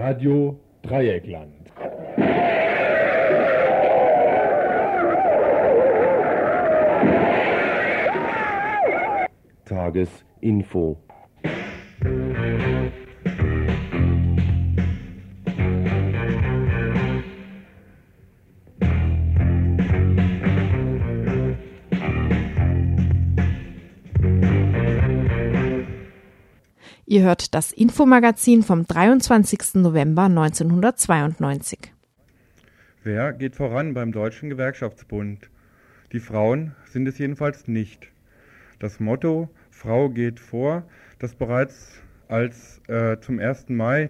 Radio Dreieckland. Tagesinfo. Ihr hört das Infomagazin vom 23. November 1992. Wer geht voran beim Deutschen Gewerkschaftsbund? Die Frauen sind es jedenfalls nicht. Das Motto Frau geht vor, das bereits zum 1. Mai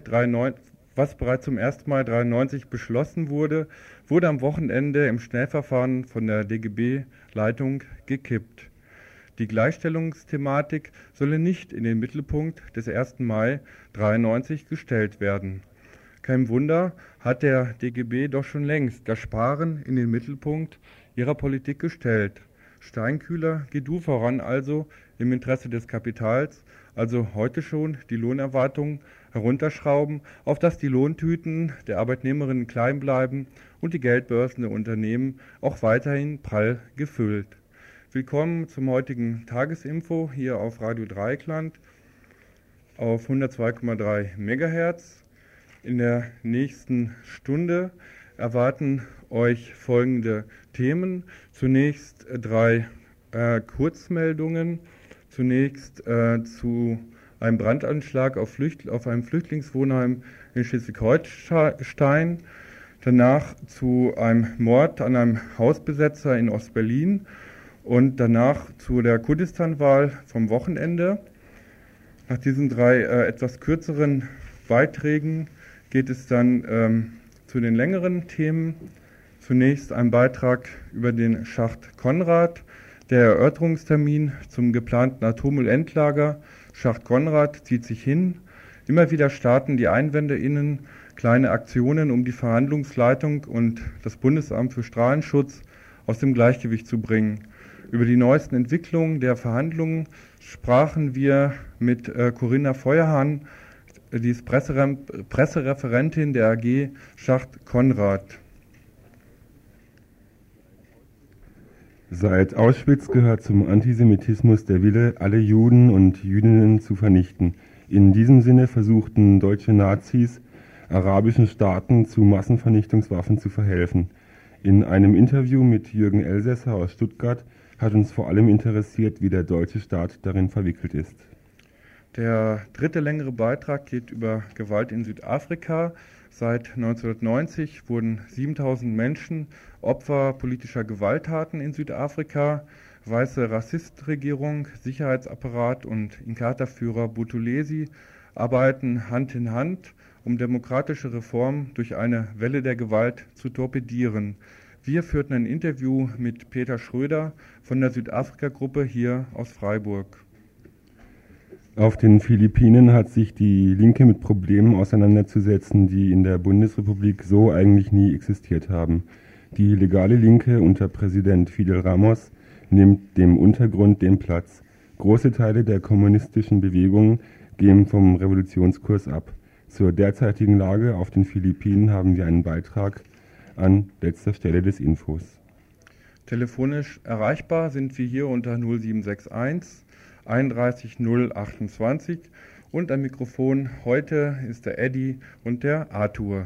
93 beschlossen wurde, wurde am Wochenende im Schnellverfahren von der DGB-Leitung gekippt. Die Gleichstellungsthematik solle nicht in den Mittelpunkt des 1. Mai 93 gestellt werden. Kein Wunder, hat der DGB doch schon längst das Sparen in den Mittelpunkt ihrer Politik gestellt. Steinkühler, geh du voran also im Interesse des Kapitals, also heute schon die Lohnerwartungen herunterschrauben, auf dass die Lohntüten der Arbeitnehmerinnen klein bleiben und die Geldbörsen der Unternehmen auch weiterhin prall gefüllt. Willkommen zum heutigen Tagesinfo hier auf Radio Dreieckland auf 102,3 MHz. In der nächsten Stunde erwarten euch folgende Themen. Zunächst 3 Kurzmeldungen. Zunächst zu einem Brandanschlag auf einem Flüchtlingswohnheim in Schleswig-Holstein. Danach zu einem Mord an einem Hausbesetzer in Ostberlin. Und danach zu der Kurdistan-Wahl vom Wochenende. Nach diesen 3 etwas kürzeren Beiträgen geht es dann zu den längeren Themen. Zunächst ein Beitrag über den Schacht Konrad, der Erörterungstermin zum geplanten Atommüllendlager. Schacht Konrad zieht sich hin. Immer wieder starten die EinwänderInnen kleine Aktionen, um die Verhandlungsleitung und das Bundesamt für Strahlenschutz aus dem Gleichgewicht zu bringen. Über die neuesten Entwicklungen der Verhandlungen sprachen wir mit Corinna Feuerhahn, die ist Pressereferentin der AG Schacht Konrad. Seit Auschwitz gehört zum Antisemitismus der Wille, alle Juden und Jüdinnen zu vernichten. In diesem Sinne versuchten deutsche Nazis, arabischen Staaten zu Massenvernichtungswaffen zu verhelfen. In einem Interview mit Jürgen Elsässer aus Stuttgart hat uns vor allem interessiert, wie der deutsche Staat darin verwickelt ist. Der dritte längere Beitrag geht über Gewalt in Südafrika. Seit 1990 wurden 7000 Menschen Opfer politischer Gewalttaten in Südafrika. Weiße Rassistregierung, Sicherheitsapparat und Inkatha-Führer Buthelezi arbeiten Hand in Hand, um demokratische Reformen durch eine Welle der Gewalt zu torpedieren. Wir führten ein Interview mit Peter Schröder von der Südafrika-Gruppe hier aus Freiburg. Auf den Philippinen hat sich die Linke mit Problemen auseinanderzusetzen, die in der Bundesrepublik so eigentlich nie existiert haben. Die legale Linke unter Präsident Fidel Ramos nimmt dem Untergrund den Platz. Große Teile der kommunistischen Bewegungen gehen vom Revolutionskurs ab. Zur derzeitigen Lage auf den Philippinen haben wir einen Beitrag an letzter Stelle des Infos. Telefonisch erreichbar sind wir hier unter 0761 31 028 und am Mikrofon heute ist der Eddy und der Arthur.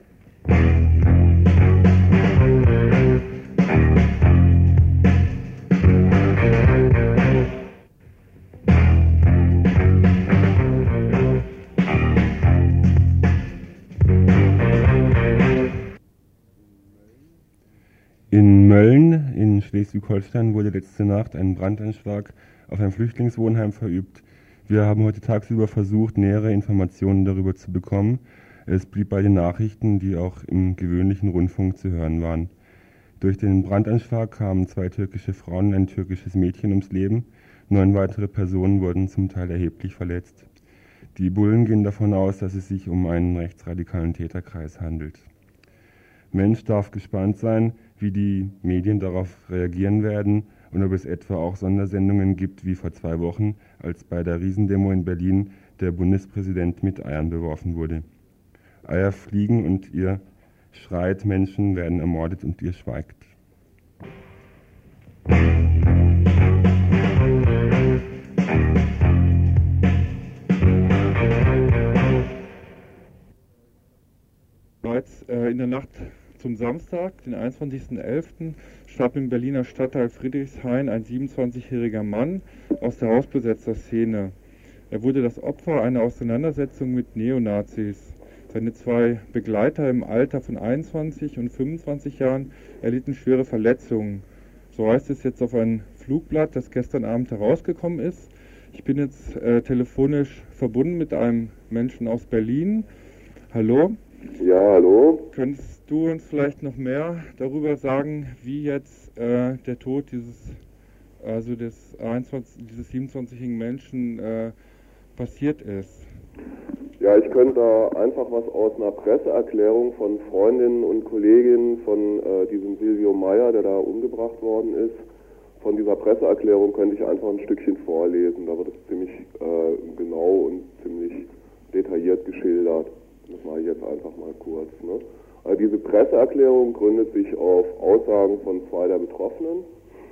In Mölln in Schleswig-Holstein wurde letzte Nacht ein Brandanschlag auf ein Flüchtlingswohnheim verübt. Wir haben heute tagsüber versucht, nähere Informationen darüber zu bekommen. Es blieb bei den Nachrichten, die auch im gewöhnlichen Rundfunk zu hören waren. Durch den Brandanschlag kamen 2 türkische Frauen und ein türkisches Mädchen ums Leben. 9 weitere Personen wurden zum Teil erheblich verletzt. Die Bullen gehen davon aus, dass es sich um einen rechtsradikalen Täterkreis handelt. Mensch darf gespannt sein, wie die Medien darauf reagieren werden und ob es etwa auch Sondersendungen gibt wie vor 2 Wochen, als bei der Riesendemo in Berlin der Bundespräsident mit Eiern beworfen wurde. Eier fliegen und ihr schreit, Menschen werden ermordet und ihr schweigt. Bereits in der Nacht zum Samstag, den 21.11., starb im Berliner Stadtteil Friedrichshain ein 27-jähriger Mann aus der Hausbesetzerszene. Er wurde das Opfer einer Auseinandersetzung mit Neonazis. Seine zwei Begleiter im Alter von 21 und 25 Jahren erlitten schwere Verletzungen. So heißt es jetzt auf ein Flugblatt, das gestern Abend herausgekommen ist. Ich bin jetzt telefonisch verbunden mit einem Menschen aus Berlin. Hallo? Ja, hallo. Könntest du uns vielleicht noch mehr darüber sagen, wie jetzt der Tod dieses 27-jährigen Menschen passiert ist? Ja, ich könnte da einfach was aus einer Presseerklärung von Freundinnen und Kolleginnen von diesem Silvio Meyer, der da umgebracht worden ist, von dieser Presseerklärung könnte ich einfach ein Stückchen vorlesen. Da wird es ziemlich genau und ziemlich detailliert geschildert. Das mache ich jetzt einfach mal kurz. Ne? Also diese Presseerklärung gründet sich auf Aussagen von zwei der Betroffenen.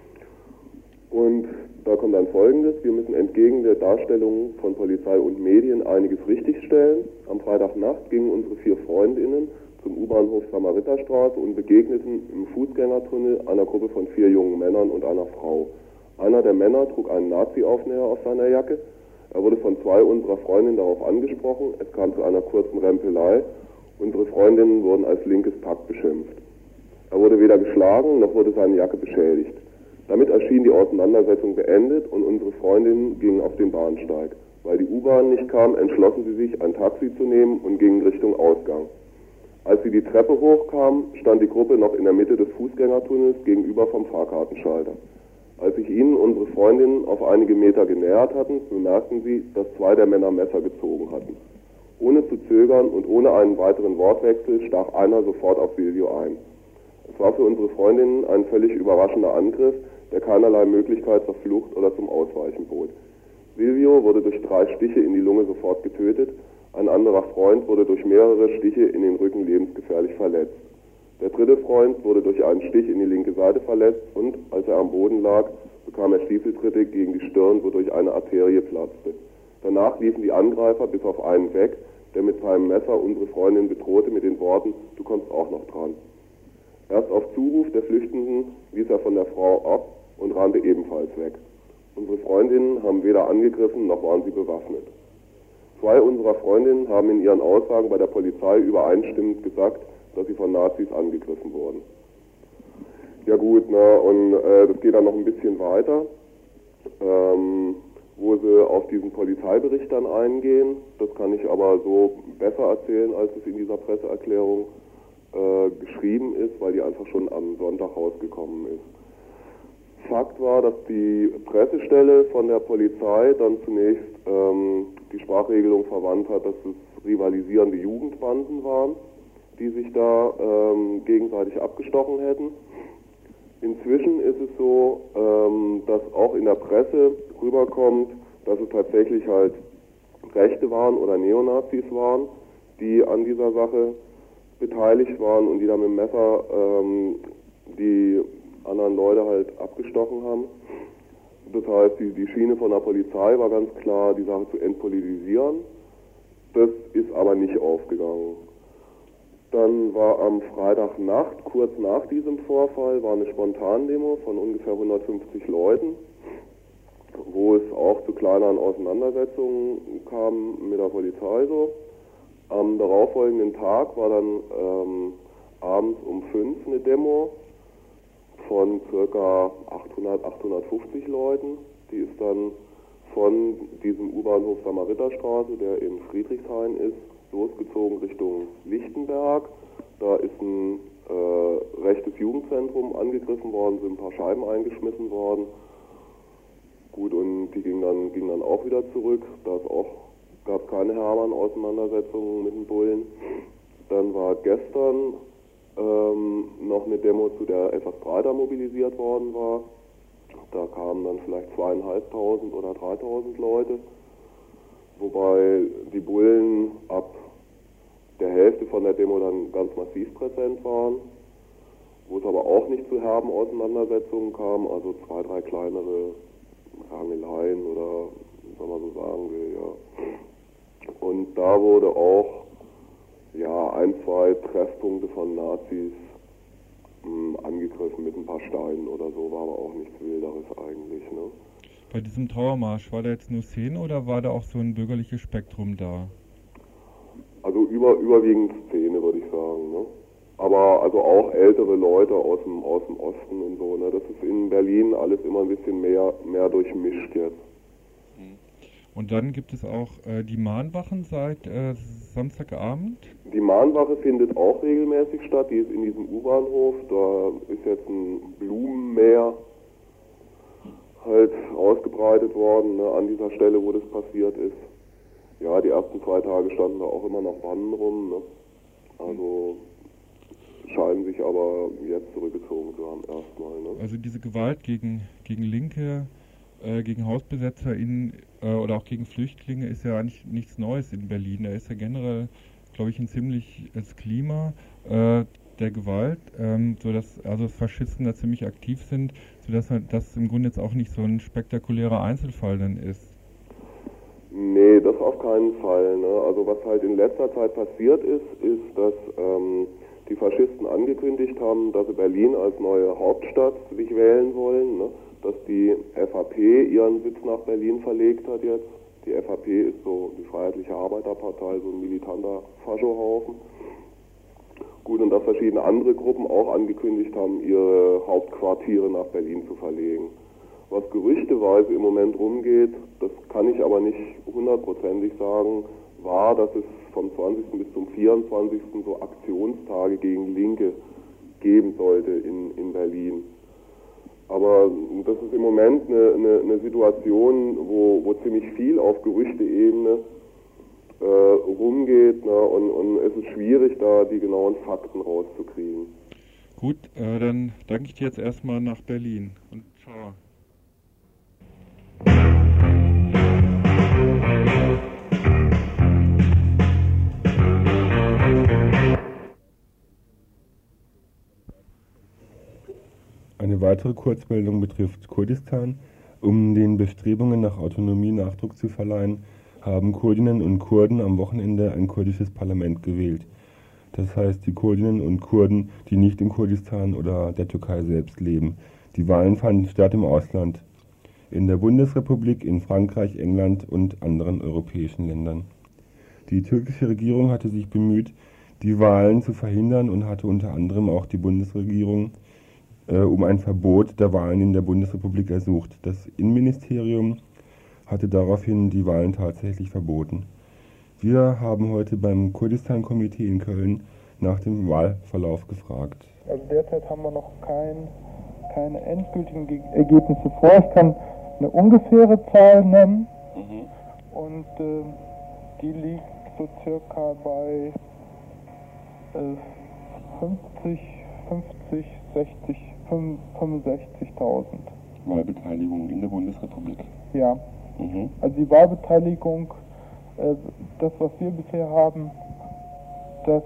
Und da kommt dann Folgendes: Wir müssen entgegen der Darstellung von Polizei und Medien einiges richtigstellen. Am Freitagnacht gingen unsere 4 Freundinnen zum U-Bahnhof Samariterstraße und begegneten im Fußgängertunnel einer Gruppe von 4 jungen Männern und einer Frau. Einer der Männer trug einen Nazi-Aufnäher auf seiner Jacke. Er wurde von 2 unserer Freundinnen darauf angesprochen. Es kam zu einer kurzen Rempelei. Unsere Freundinnen wurden als linkes Pack beschimpft. Er wurde weder geschlagen, noch wurde seine Jacke beschädigt. Damit erschien die Auseinandersetzung beendet und unsere Freundinnen gingen auf den Bahnsteig. Weil die U-Bahn nicht kam, entschlossen sie sich, ein Taxi zu nehmen und gingen Richtung Ausgang. Als sie die Treppe hochkamen, stand die Gruppe noch in der Mitte des Fußgängertunnels gegenüber vom Fahrkartenschalter. Als sich ihnen unsere Freundinnen auf einige Meter genähert hatten, bemerkten sie, dass 2 der Männer Messer gezogen hatten. Ohne zu zögern und ohne einen weiteren Wortwechsel stach einer sofort auf Silvio ein. Es war für unsere Freundinnen ein völlig überraschender Angriff, der keinerlei Möglichkeit zur Flucht oder zum Ausweichen bot. Silvio wurde durch 3 Stiche in die Lunge sofort getötet, ein anderer Freund wurde durch mehrere Stiche in den Rücken lebensgefährlich verletzt. Der 3. Freund wurde durch einen Stich in die linke Seite verletzt und, als er am Boden lag, bekam er Stiefeltritte gegen die Stirn, wodurch eine Arterie platzte. Danach liefen die Angreifer bis auf einen weg, der mit seinem Messer unsere Freundin bedrohte mit den Worten: "Du kommst auch noch dran." Erst auf Zuruf der Flüchtenden ließ er von der Frau ab und rannte ebenfalls weg. Unsere Freundinnen haben weder angegriffen, noch waren sie bewaffnet. 2 unserer Freundinnen haben in ihren Aussagen bei der Polizei übereinstimmend gesagt, dass sie von Nazis angegriffen wurden. Ja gut, und das geht dann noch ein bisschen weiter, wo sie auf diesen Polizeibericht dann eingehen. Das kann ich aber so besser erzählen, als es in dieser Presseerklärung geschrieben ist, weil die einfach schon am Sonntag rausgekommen ist. Fakt war, dass die Pressestelle von der Polizei dann zunächst die Sprachregelung verwandt hat, dass es rivalisierende Jugendbanden waren, die sich da gegenseitig abgestochen hätten. Inzwischen ist es so, dass auch in der Presse rüberkommt, dass es tatsächlich halt Rechte waren oder Neonazis waren, die an dieser Sache beteiligt waren und die da mit dem Messer die anderen Leute halt abgestochen haben. Das heißt, die Schiene von der Polizei war ganz klar, die Sache zu entpolitisieren. Das ist aber nicht aufgegangen. Dann war am Freitagnacht, kurz nach diesem Vorfall, war eine Spontandemo von ungefähr 150 Leuten, wo es auch zu kleineren Auseinandersetzungen kam mit der Polizei so. Am darauffolgenden Tag war dann abends um 5 eine Demo von ca. 850 Leuten. Die ist dann von diesem U-Bahnhof Samariterstraße, der in Friedrichshain ist, losgezogen Richtung Lichtenberg. Da ist ein rechtes Jugendzentrum angegriffen worden, sind ein paar Scheiben eingeschmissen worden. Gut, und die ging dann auch wieder zurück. Gab es keine Hermann-Auseinandersetzungen mit den Bullen. Dann war gestern noch eine Demo, zu der etwas breiter mobilisiert worden war. Da kamen dann vielleicht 2.500 oder 3.000 Leute, wobei die Bullen ab der Hälfte der Demo dann ganz massiv präsent waren, wo es aber auch nicht zu herben Auseinandersetzungen kam, also 2, 3 kleinere Rangeleien oder wie man so sagen will, ja. Und da wurde auch 1, 2 Treffpunkte von Nazis angegriffen mit ein paar Steinen oder so, war aber auch nichts Wilderes eigentlich, ne? Bei diesem Trauermarsch, war da jetzt nur Szene oder war da auch so ein bürgerliches Spektrum da? Also überwiegend Szene, würde ich sagen, ne? Aber also auch ältere Leute aus dem Osten und so, ne? Das ist in Berlin alles immer ein bisschen mehr durchmischt jetzt. Und dann gibt es auch die Mahnwachen seit Samstagabend? Die Mahnwache findet auch regelmäßig statt, die ist in diesem U-Bahnhof, da ist jetzt ein Blumenmeer halt ausgebreitet worden, ne, an dieser Stelle, wo das passiert ist. Ja, die ersten 2 Tage standen da auch immer noch Banden rum, ne? Also scheinen sich aber jetzt zurückgezogen zu haben erstmal, ne? Also diese Gewalt gegen Linke, gegen HausbesetzerInnen oder auch gegen Flüchtlinge ist ja eigentlich nichts Neues in Berlin. Da ist ja generell, glaube ich, ein ziemliches Klima der Gewalt, sodass also Faschisten da ziemlich aktiv sind, sodass das im Grunde jetzt auch nicht so ein spektakulärer Einzelfall dann ist. Nee, das auf keinen Fall, ne? Also was halt in letzter Zeit passiert ist, dass die Faschisten angekündigt haben, dass sie Berlin als neue Hauptstadt sich wählen wollen, ne? Dass die FAP ihren Sitz nach Berlin verlegt hat jetzt. Die FAP ist so die Freiheitliche Arbeiterpartei, so ein militanter Faschohaufen. Gut, und dass verschiedene andere Gruppen auch angekündigt haben, ihre Hauptquartiere nach Berlin zu verlegen. Was gerüchteweise im Moment rumgeht, das kann ich aber nicht hundertprozentig sagen, war, dass es vom 20. bis zum 24. so Aktionstage gegen Linke geben sollte in Berlin. Aber das ist im Moment eine Situation, wo ziemlich viel auf Gerüchteebene rumgeht, ne, und es ist schwierig, da die genauen Fakten rauszukriegen. Gut, dann danke ich dir jetzt erstmal nach Berlin und ciao. Eine weitere Kurzmeldung betrifft Kurdistan. Um den Bestrebungen nach Autonomie Nachdruck zu verleihen, haben Kurdinnen und Kurden am Wochenende ein kurdisches Parlament gewählt. Das heißt, die Kurdinnen und Kurden, die nicht in Kurdistan oder der Türkei selbst leben. Die Wahlen fanden statt im Ausland. In der Bundesrepublik, in Frankreich, England und anderen europäischen Ländern. Die türkische Regierung hatte sich bemüht, die Wahlen zu verhindern und hatte unter anderem auch die Bundesregierung um ein Verbot der Wahlen in der Bundesrepublik ersucht. Das Innenministerium hatte daraufhin die Wahlen tatsächlich verboten. Wir haben heute beim Kurdistan-Komitee in Köln nach dem Wahlverlauf gefragt. Also derzeit haben wir noch keine endgültigen Ergebnisse vor. Ich kann eine ungefähre Zahl nennen und die liegt so circa bei 50, 60, 65.000. Wahlbeteiligung in der Bundesrepublik. Ja, also die Wahlbeteiligung, das was wir bisher haben, das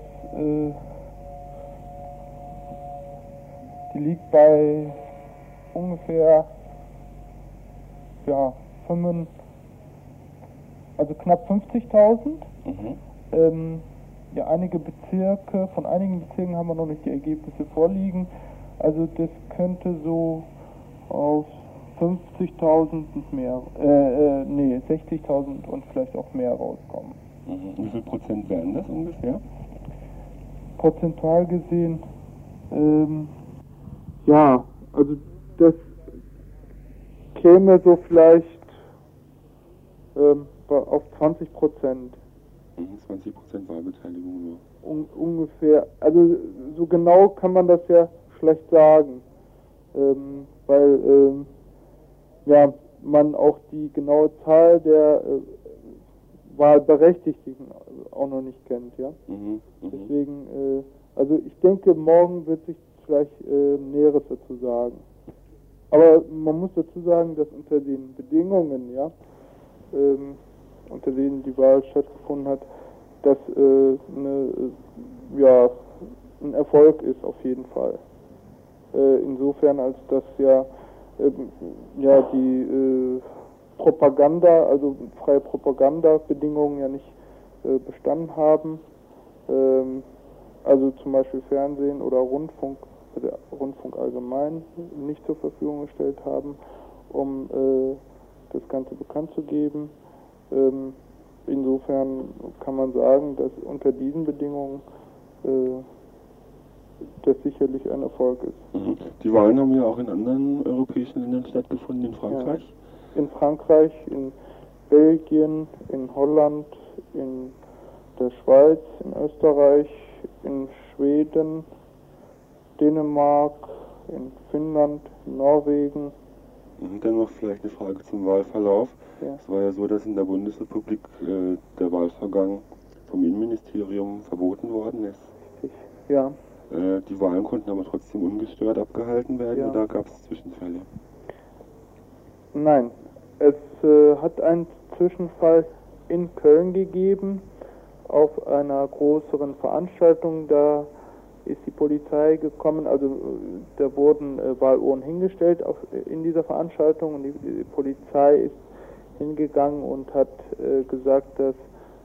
die liegt bei ungefähr knapp 50.000. Ja, von einigen Bezirken haben wir noch nicht die Ergebnisse vorliegen. Also das könnte so auf 50.000 und mehr, 60.000 und vielleicht auch mehr rauskommen. Wie viel Prozent wären das ungefähr? Prozentual gesehen, ja, also das käme so vielleicht auf 20%. 20% Wahlbeteiligung nur. Ungefähr, also so genau kann man das ja schlecht sagen, weil man auch die genaue Zahl der Wahlberechtigten auch noch nicht kennt, ja. Deswegen, also ich denke, morgen wird sich vielleicht Näheres dazu sagen. Aber man muss dazu sagen, dass unter den Bedingungen, ja, unter denen die Wahl stattgefunden hat, dass eine ja, ein Erfolg ist auf jeden Fall. Insofern, als dass ja die Propaganda, also freie Propagandabedingungen ja nicht bestanden haben. Also zum Beispiel Fernsehen oder Rundfunk, also Rundfunk allgemein nicht zur Verfügung gestellt haben, um das Ganze bekannt zu geben. Insofern kann man sagen, dass unter diesen Bedingungen das sicherlich ein Erfolg ist. Mhm. Die Wahlen haben ja auch in anderen europäischen Ländern stattgefunden, in Frankreich? Ja. In Frankreich, in Belgien, in Holland, in der Schweiz, in Österreich, in Schweden, Dänemark, in Finnland, in Norwegen. Und dann noch vielleicht eine Frage zum Wahlverlauf. Ja. Es war ja so, dass in der Bundesrepublik der Wahlvorgang vom Innenministerium verboten worden ist. Ja. Die Wahlen konnten aber trotzdem ungestört abgehalten werden, Ja. oder gab es Zwischenfälle? Nein, es hat einen Zwischenfall in Köln gegeben, auf einer größeren Veranstaltung. Da ist die Polizei gekommen, also da wurden Wahlurnen hingestellt in dieser Veranstaltung, und die Polizei ist hingegangen und hat gesagt, dass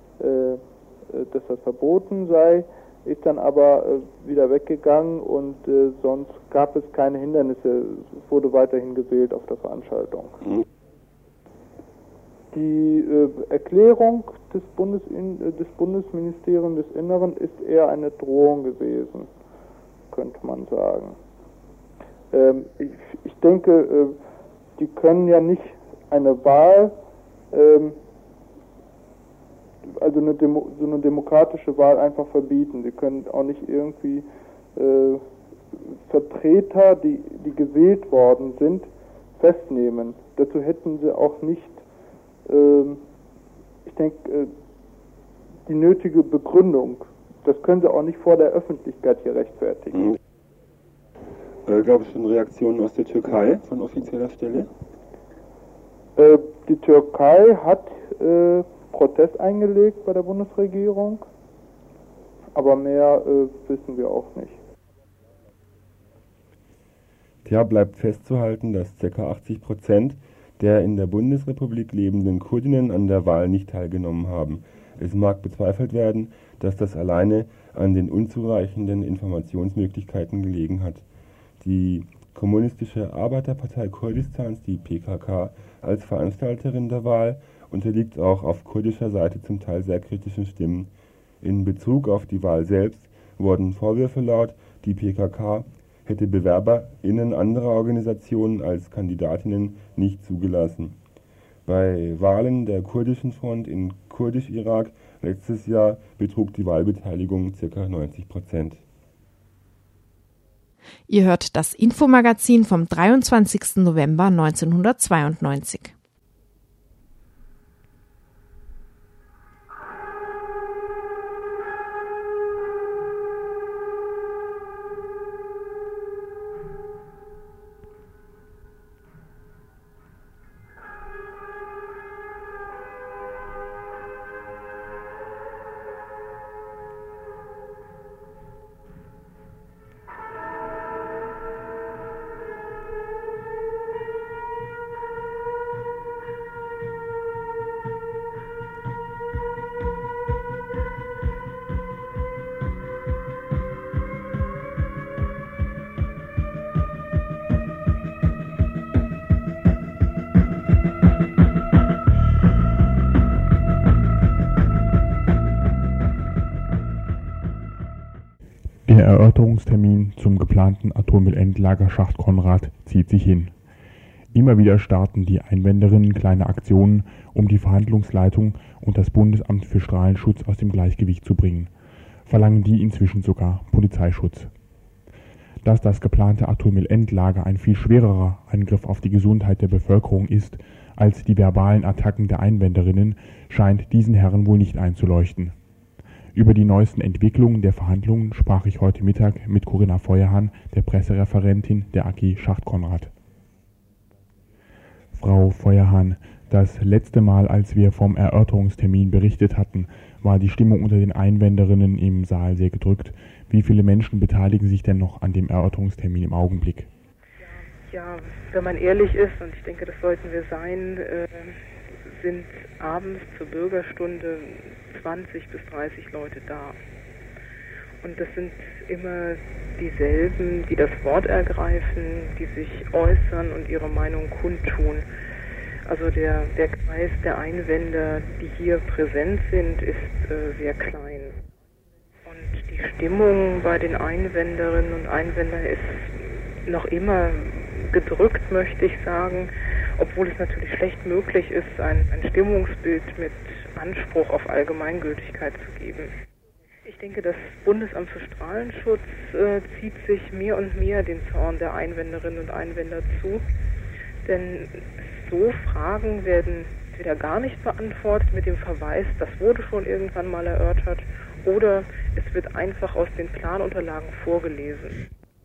das verboten sei, ist dann aber wieder weggegangen, und sonst gab es keine Hindernisse. Es wurde weiterhin gewählt auf der Veranstaltung. Mhm. Die Erklärung des Bundesministeriums des Inneren ist eher eine Drohung gewesen, könnte man sagen. Ich denke, die können ja nicht eine Wahl, also so eine demokratische Wahl einfach verbieten. Sie können auch nicht irgendwie Vertreter, die gewählt worden sind, festnehmen. Dazu hätten sie auch nicht, ich denke, die nötige Begründung. Das können sie auch nicht vor der Öffentlichkeit hier rechtfertigen. Gab es schon Reaktionen aus der Türkei von offizieller Stelle? Die Türkei hat Protest eingelegt bei der Bundesregierung, aber mehr wissen wir auch nicht. Tja, bleibt festzuhalten, dass ca. 80% der in der Bundesrepublik lebenden Kurdinnen an der Wahl nicht teilgenommen haben. Es mag bezweifelt werden, dass das alleine an den unzureichenden Informationsmöglichkeiten gelegen hat. Die Kommunistische Arbeiterpartei Kurdistans, die PKK, als Veranstalterin der Wahl unterliegt auch auf kurdischer Seite zum Teil sehr kritischen Stimmen. In Bezug auf die Wahl selbst wurden Vorwürfe laut, die PKK hätte BewerberInnen anderer Organisationen als Kandidatinnen nicht zugelassen. Bei Wahlen der Kurdischen Front in Kurdisch-Irak letztes Jahr betrug die Wahlbeteiligung ca. 90%. Ihr hört das Infomagazin vom 23. November 1992. Der Erörterungstermin zum geplanten Atommüllendlager Schacht Konrad zieht sich hin. Immer wieder starten die Einwenderinnen kleine Aktionen, um die Verhandlungsleitung und das Bundesamt für Strahlenschutz aus dem Gleichgewicht zu bringen. Verlangen die inzwischen sogar Polizeischutz. Dass das geplante Atommüllendlager ein viel schwererer Angriff auf die Gesundheit der Bevölkerung ist als die verbalen Attacken der Einwenderinnen, scheint diesen Herren wohl nicht einzuleuchten. Über die neuesten Entwicklungen der Verhandlungen sprach ich heute Mittag mit Corinna Feuerhahn, der Pressereferentin der AG Schacht Konrad. Frau Feuerhahn, Das letzte Mal, als wir vom Erörterungstermin berichtet hatten, war die Stimmung unter den Einwenderinnen im Saal sehr gedrückt. Wie viele Menschen beteiligen sich denn noch an dem Erörterungstermin im Augenblick? Ja, wenn man ehrlich ist, und ich denke, das sollten wir sein, sind abends zur Bürgerstunde 20 bis 30 Leute da. Und das sind immer dieselben, die das Wort ergreifen, die sich äußern und ihre Meinung kundtun. Also der Kreis der Einwender, die hier präsent sind, ist sehr klein. Und die Stimmung bei den Einwenderinnen und Einwendern ist noch immer gedrückt, möchte ich sagen, obwohl es natürlich schlecht möglich ist, ein Stimmungsbild mit Anspruch auf Allgemeingültigkeit zu geben. Ich denke, das Bundesamt für Strahlenschutz zieht sich mehr und mehr den Zorn der Einwenderinnen und Einwender zu, denn so Fragen werden entweder gar nicht beantwortet mit dem Verweis, das wurde schon irgendwann mal erörtert, oder es wird einfach aus den Planunterlagen vorgelesen.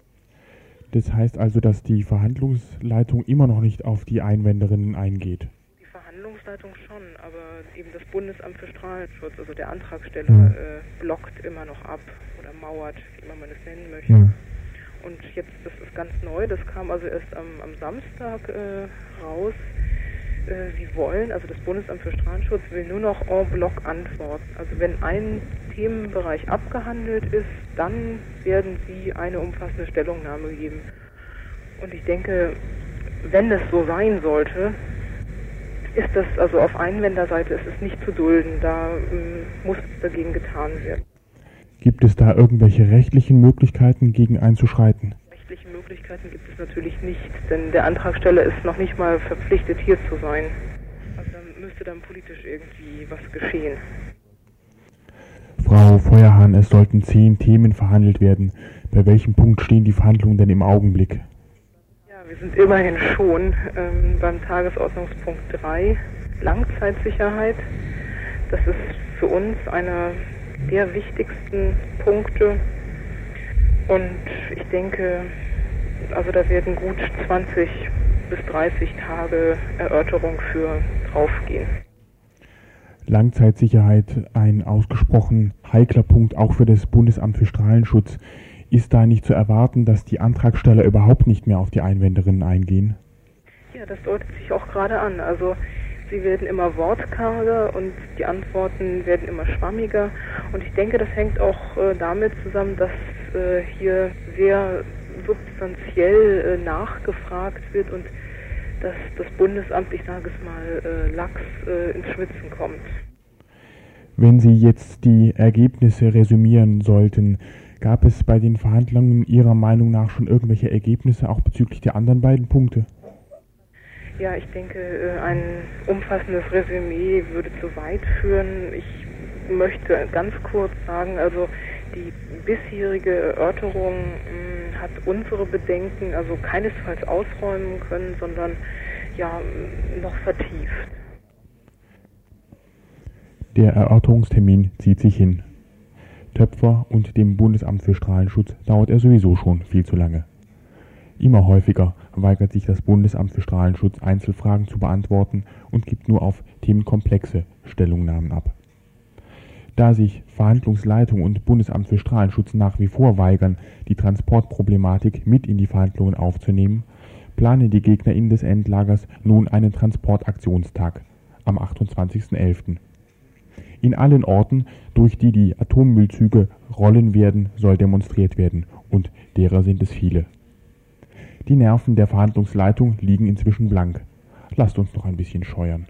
Das heißt also, dass die Verhandlungsleitung immer noch nicht auf die Einwenderinnen eingeht? Die Verhandlungsleitung schon, aber eben das Bundesamt für Strahlenschutz, also der Antragsteller, blockt immer noch ab oder mauert, wie immer man es nennen möchte. Ja. Und jetzt, das ist ganz neu, das kam also erst am Samstag raus. Sie wollen, also das Bundesamt für Strahlenschutz will nur noch en bloc antworten. Also wenn ein Themenbereich abgehandelt ist, dann werden sie eine umfassende Stellungnahme geben. Und ich denke, wenn das so sein sollte, ist das, also auf Einwenderseite ist es nicht zu dulden, da muss dagegen getan werden. Gibt es da irgendwelche rechtlichen Möglichkeiten, gegen einzuschreiten? Rechtliche Möglichkeiten gibt es natürlich nicht, denn der Antragsteller ist noch nicht mal verpflichtet, hier zu sein. Also da müsste dann politisch irgendwie was geschehen. Frau Feuerhahn, es sollten 10 Themen verhandelt werden. Bei welchem Punkt stehen die Verhandlungen denn im Augenblick? Ja, wir sind immerhin schon beim Tagesordnungspunkt 3, Langzeitsicherheit. Das ist für uns einer der wichtigsten Punkte. Und ich denke, also da werden gut 20 bis 30 Tage Erörterung für draufgehen. Langzeitsicherheit, ein ausgesprochen heikler Punkt auch für das Bundesamt für Strahlenschutz. Ist da nicht zu erwarten, dass die Antragsteller überhaupt nicht mehr auf die Einwenderinnen eingehen? Ja, das deutet sich auch gerade an. Also sie werden immer wortkarger und die Antworten werden immer schwammiger. Und ich denke, das hängt auch damit zusammen, dass hier sehr substanziell nachgefragt wird und dass das Bundesamt, ich sage es mal, lax ins Schwitzen kommt. Wenn Sie jetzt die Ergebnisse resümieren sollten, gab es bei den Verhandlungen Ihrer Meinung nach schon irgendwelche Ergebnisse, auch bezüglich der anderen beiden Punkte? Ja, ich denke, ein umfassendes Resümee würde zu weit führen. Ich möchte ganz kurz sagen, also die bisherige Erörterung hat unsere Bedenken also keinesfalls ausräumen können, sondern ja noch vertieft. Der Erörterungstermin zieht sich hin. Töpfer und dem Bundesamt für Strahlenschutz dauert er sowieso schon viel zu lange. Immer häufiger weigert sich das Bundesamt für Strahlenschutz, Einzelfragen zu beantworten und gibt nur auf themenkomplexe Stellungnahmen ab. Da sich Verhandlungsleitung und Bundesamt für Strahlenschutz nach wie vor weigern, die Transportproblematik mit in die Verhandlungen aufzunehmen, planen die GegnerInnen des Endlagers nun einen Transportaktionstag am 28.11. In allen Orten, durch die die Atommüllzüge rollen werden, soll demonstriert werden, und derer sind es viele. Die Nerven der Verhandlungsleitung liegen inzwischen blank. Lasst uns noch ein bisschen scheuern.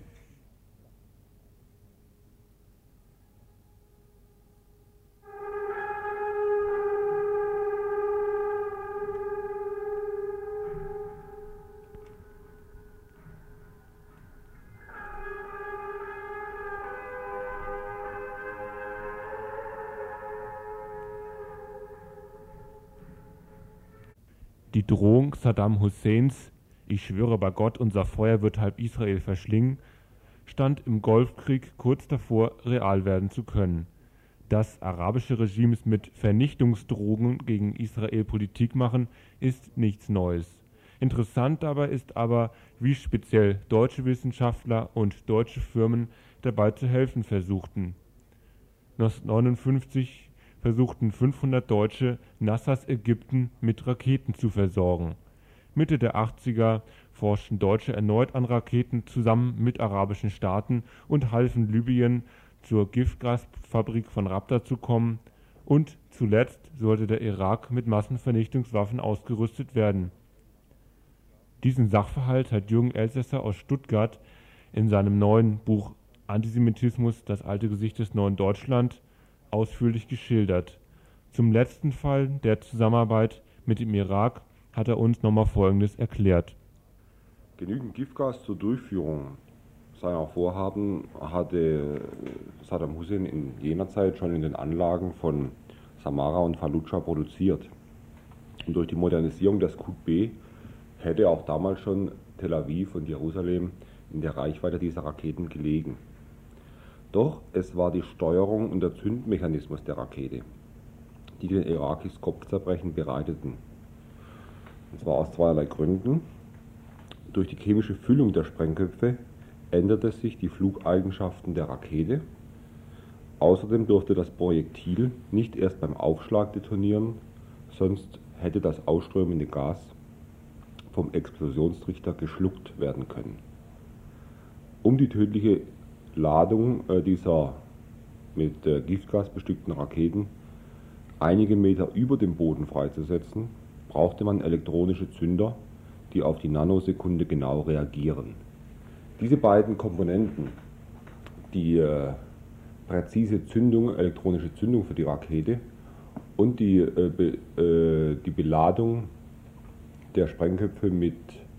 Die Drohung Saddam Husseins, ich schwöre bei Gott, unser Feuer wird halb Israel verschlingen, stand im Golfkrieg kurz davor, real werden zu können. Dass arabische Regimes mit Vernichtungsdrohungen gegen Israel Politik machen, ist nichts Neues. Interessant dabei ist aber, wie speziell deutsche Wissenschaftler und deutsche Firmen dabei zu helfen versuchten. 1959 versuchten 500 Deutsche, NASA's Ägypten mit Raketen zu versorgen. Mitte der 80er forschten Deutsche erneut an Raketen zusammen mit arabischen Staaten und halfen Libyen, zur Giftgasfabrik von Rabda zu kommen, und zuletzt sollte der Irak mit Massenvernichtungswaffen ausgerüstet werden. Diesen Sachverhalt hat Jürgen Elsässer aus Stuttgart in seinem neuen Buch Antisemitismus, das alte Gesicht des neuen Deutschland, ausführlich geschildert. Zum letzten Fall der Zusammenarbeit mit dem Irak hat er uns nochmal Folgendes erklärt. Genügend Giftgas zur Durchführung seiner Vorhaben hatte Saddam Hussein in jener Zeit schon in den Anlagen von Samarra und Fallujah produziert. Und durch die Modernisierung des QB hätte auch damals schon Tel Aviv und Jerusalem in der Reichweite dieser Raketen gelegen. Doch es war die Steuerung und der Zündmechanismus der Rakete, die den Irakis Kopfzerbrechen bereiteten. Und zwar aus zweierlei Gründen. Durch die chemische Füllung der Sprengköpfe änderte sich die Flugeigenschaften der Rakete. Außerdem durfte das Projektil nicht erst beim Aufschlag detonieren, sonst hätte das ausströmende Gas vom Explosionstrichter geschluckt werden können. Um die tödliche Ladung dieser mit Giftgas bestückten Raketen einige Meter über dem Boden freizusetzen, brauchte man elektronische Zünder, die auf die Nanosekunde genau reagieren. Diese beiden Komponenten, die präzise Zündung, elektronische Zündung für die Rakete und die Beladung der Sprengköpfe mit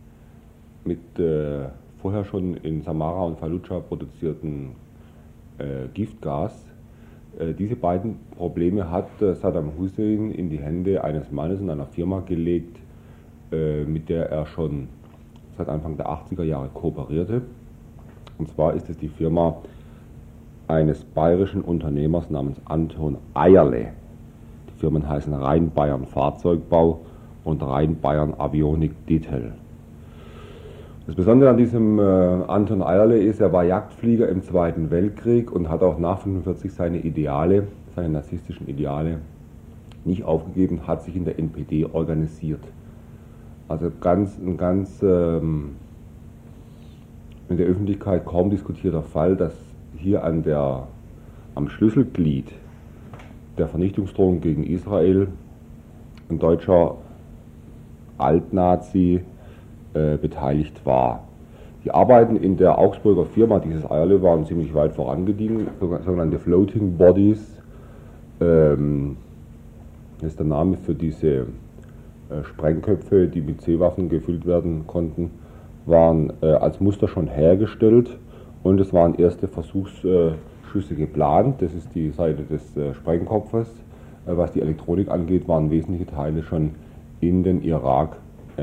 vorher schon in Samarra und Fallujah produzierten Giftgas, diese beiden Probleme hat Saddam Hussein in die Hände eines Mannes und einer Firma gelegt, mit der er schon seit Anfang der 80er Jahre kooperierte. Und zwar ist es die Firma eines bayerischen Unternehmers namens Anton Eierle. Die Firmen heißen Rhein-Bayern Fahrzeugbau und Rhein-Bayern Avionik Detail. Das Besondere an diesem Anton Eierle ist, er war Jagdflieger im Zweiten Weltkrieg und hat auch nach 1945 seine Ideale, seine narzisstischen Ideale nicht aufgegeben, hat sich in der NPD organisiert. Also ein ganz in der Öffentlichkeit kaum diskutierter Fall, dass hier am Schlüsselglied der Vernichtungsdrohung gegen Israel ein deutscher Altnazi beteiligt war. Die Arbeiten in der Augsburger Firma dieses Eierle waren ziemlich weit vorangedient, sogenannte Floating Bodies, das ist der Name für diese Sprengköpfe, die mit Seewaffen gefüllt werden konnten, waren als Muster schon hergestellt und es waren erste Versuchsschüsse geplant. Das ist die Seite des Sprengkopfes. Was die Elektronik angeht, waren wesentliche Teile schon in den Irak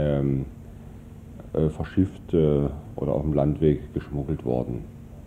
verschifft oder auf dem Landweg geschmuggelt worden.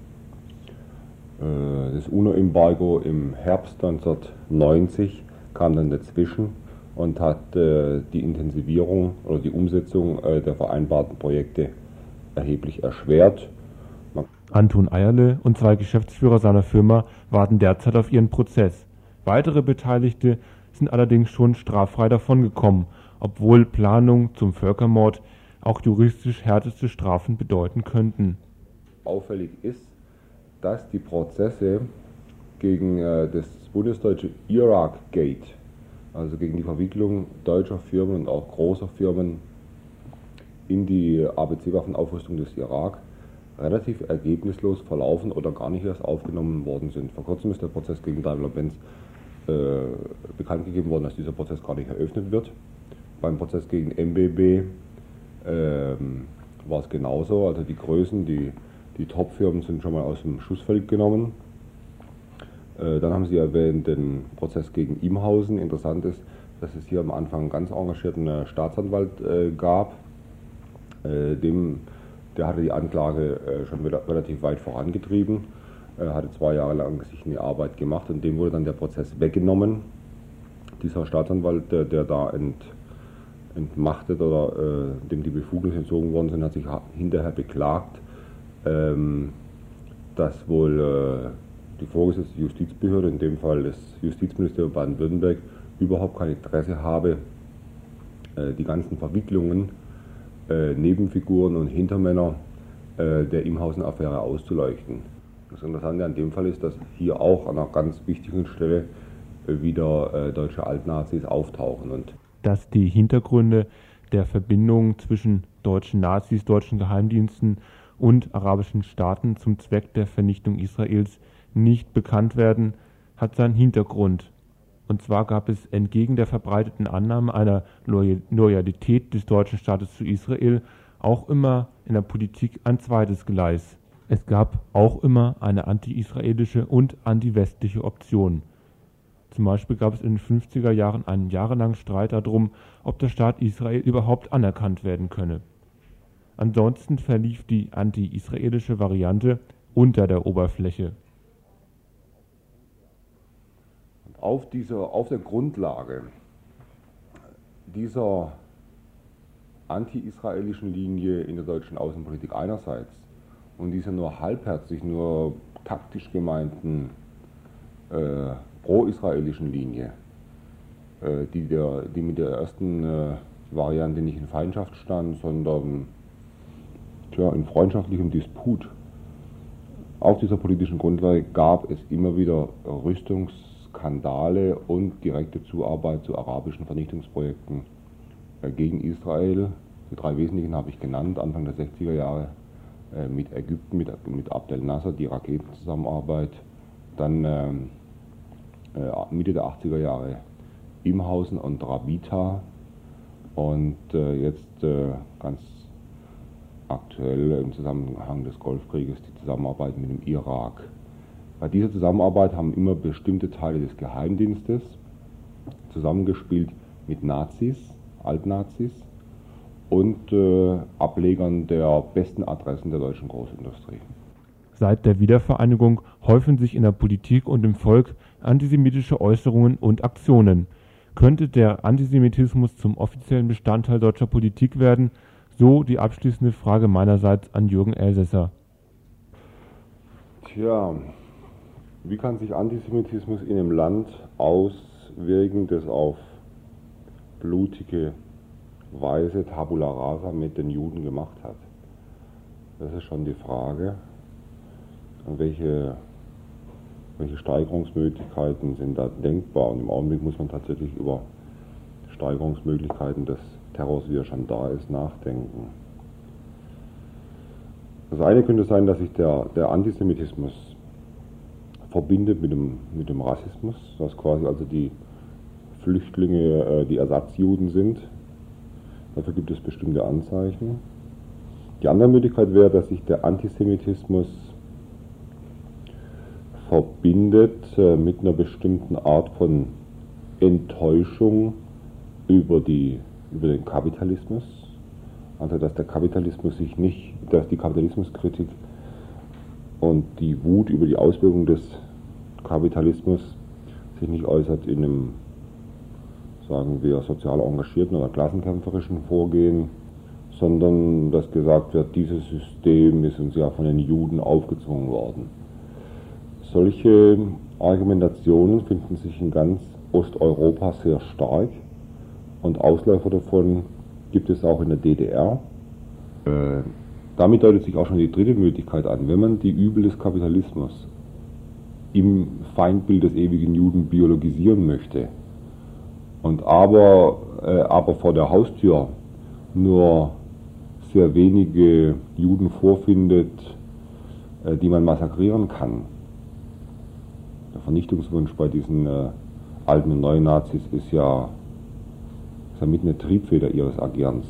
Das UNO-Embargo im Herbst 1990 kam dann dazwischen und hat die Intensivierung oder die Umsetzung der vereinbarten Projekte erheblich erschwert. Anton Eierle und zwei Geschäftsführer seiner Firma warten derzeit auf ihren Prozess. Weitere Beteiligte sind allerdings schon straffrei davongekommen, obwohl Planungen zum Völkermord auch juristisch härteste Strafen bedeuten könnten. Auffällig ist, dass die Prozesse gegen das bundesdeutsche Iraq-Gate, also gegen die Verwicklung deutscher Firmen und auch großer Firmen in die ABC-Waffenaufrüstung des Irak, relativ ergebnislos verlaufen oder gar nicht erst aufgenommen worden sind. Vor kurzem ist der Prozess gegen Daimler-Benz bekannt gegeben worden, dass dieser Prozess gar nicht eröffnet wird. Beim Prozess gegen MBB war es genauso, also die Größen, die Top-Firmen sind schon mal aus dem Schussfeld genommen. Dann haben Sie erwähnt den Prozess gegen Imhausen. Interessant ist, dass es hier am Anfang einen ganz engagierten Staatsanwalt gab. Der hatte die Anklage schon relativ weit vorangetrieben, hatte 2 Jahre lang sich eine Arbeit gemacht und dem wurde dann der Prozess weggenommen. Dieser Staatsanwalt, der da entmachtet oder dem die Befugnisse entzogen worden sind, hat sich hinterher beklagt, dass wohl die vorgesetzte Justizbehörde, in dem Fall das Justizministerium Baden-Württemberg, überhaupt kein Interesse habe, die ganzen Verwicklungen, Nebenfiguren und Hintermänner der Imhausen-Affäre auszuleuchten. Das Interessante an dem Fall ist, dass hier auch an einer ganz wichtigen Stelle wieder deutsche Altnazis auftauchen. Und dass die Hintergründe der Verbindung zwischen deutschen Nazis, deutschen Geheimdiensten und arabischen Staaten zum Zweck der Vernichtung Israels nicht bekannt werden, hat seinen Hintergrund. Und zwar gab es entgegen der verbreiteten Annahme einer Loyalität des deutschen Staates zu Israel auch immer in der Politik ein zweites Gleis. Es gab auch immer eine anti-israelische und anti-westliche Option. Zum Beispiel gab es in den 50er Jahren einen jahrelangen Streit darum, ob der Staat Israel überhaupt anerkannt werden könne. Ansonsten verlief die anti-israelische Variante unter der Oberfläche. Auf der Grundlage dieser anti-israelischen Linie in der deutschen Außenpolitik einerseits und dieser nur halbherzig, nur taktisch gemeinten pro-israelischen Linie, die mit der ersten Variante nicht in Feindschaft stand, sondern in freundschaftlichem Disput. Auf dieser politischen Grundlage gab es immer wieder Rüstungsskandale und direkte Zuarbeit zu arabischen Vernichtungsprojekten gegen Israel. Die drei wesentlichen habe ich genannt, Anfang der 60er Jahre mit Ägypten, mit Abdel Nasser, die Raketenzusammenarbeit, dann Mitte der 80er Jahre Imhausen und Rabita und jetzt ganz aktuell im Zusammenhang des Golfkrieges die Zusammenarbeit mit dem Irak. Bei dieser Zusammenarbeit haben immer bestimmte Teile des Geheimdienstes zusammengespielt mit Nazis, Altnazis und Ablegern der besten Adressen der deutschen Großindustrie. Seit der Wiedervereinigung häufen sich in der Politik und im Volk antisemitische Äußerungen und Aktionen. Könnte der Antisemitismus zum offiziellen Bestandteil deutscher Politik werden? So die abschließende Frage meinerseits an Jürgen Elsässer. Tja, wie kann sich Antisemitismus in einem Land auswirken, das auf blutige Weise Tabula Rasa mit den Juden gemacht hat? Das ist schon die Frage. Und welche Steigerungsmöglichkeiten sind da denkbar? Und im Augenblick muss man tatsächlich über Steigerungsmöglichkeiten des Terrors, wie er schon da ist, nachdenken. Das eine könnte sein, dass sich der Antisemitismus verbindet mit dem Rassismus, dass quasi also die Flüchtlinge die Ersatzjuden sind. Dafür gibt es bestimmte Anzeichen. Die andere Möglichkeit wäre, dass sich der Antisemitismus verbindet mit einer bestimmten Art von Enttäuschung über den Kapitalismus. Also dass die Kapitalismuskritik und die Wut über die Auswirkungen des Kapitalismus sich nicht äußert in einem, sagen wir, sozial engagierten oder klassenkämpferischen Vorgehen, sondern dass gesagt wird, dieses System ist uns ja von den Juden aufgezwungen worden. Solche Argumentationen finden sich in ganz Osteuropa sehr stark und Ausläufer davon gibt es auch in der DDR. Damit deutet sich auch schon die dritte Möglichkeit an. Wenn man die Übel des Kapitalismus im Feindbild des ewigen Juden biologisieren möchte und aber vor der Haustür nur sehr wenige Juden vorfindet, die man massakrieren kann. Der Vernichtungswunsch bei diesen alten und neuen Nazis ist ja mit eine Triebfeder ihres Agierens.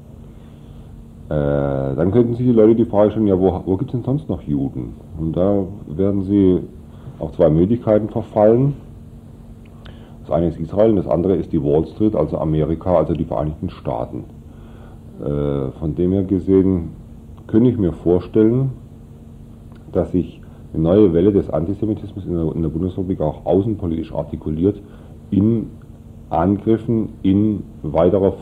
Dann könnten sich die Leute die Frage stellen, ja, wo gibt es denn sonst noch Juden? Und da werden sie auf zwei Möglichkeiten verfallen. Das eine ist Israel und das andere ist die Wall Street, also Amerika, also die Vereinigten Staaten. Von dem her gesehen könnte ich mir vorstellen, dass sich eine neue Welle des Antisemitismus in der Bundesrepublik auch außenpolitisch artikuliert in Angriffen in weiterer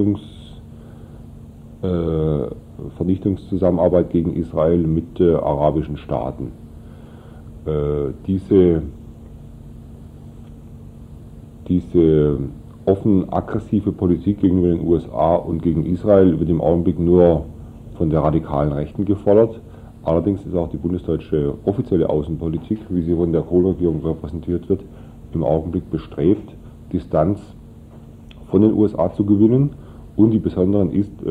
Vernichtungszusammenarbeit gegen Israel mit arabischen Staaten. Diese offen aggressive Politik gegenüber den USA und gegen Israel wird im Augenblick nur von der radikalen Rechten gefordert. Allerdings ist auch die bundesdeutsche offizielle Außenpolitik, wie sie von der Kohl-Regierung repräsentiert wird, im Augenblick bestrebt, Distanz von den USA zu gewinnen und die besonderen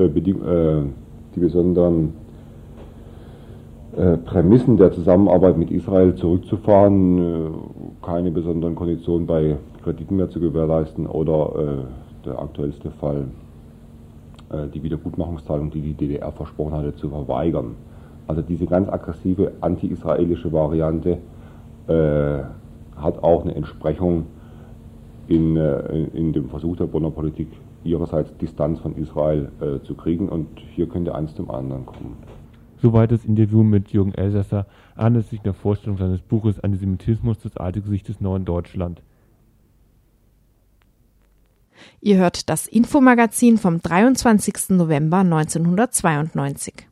Prämissen der Zusammenarbeit mit Israel zurückzufahren, keine besonderen Konditionen bei Krediten mehr zu gewährleisten oder der aktuellste Fall, die Wiedergutmachungszahlung, die die DDR versprochen hatte, zu verweigern. Also diese ganz aggressive anti-israelische Variante hat auch eine Entsprechung in dem Versuch der Bonner Politik, ihrerseits Distanz von Israel zu kriegen, und hier könnte eins zum anderen kommen. Soweit das Interview mit Jürgen Elsässer anlässlich der Vorstellung seines Buches Antisemitismus, das alte Gesicht des neuen Deutschland. Ihr hört das Infomagazin vom 23. November 1992.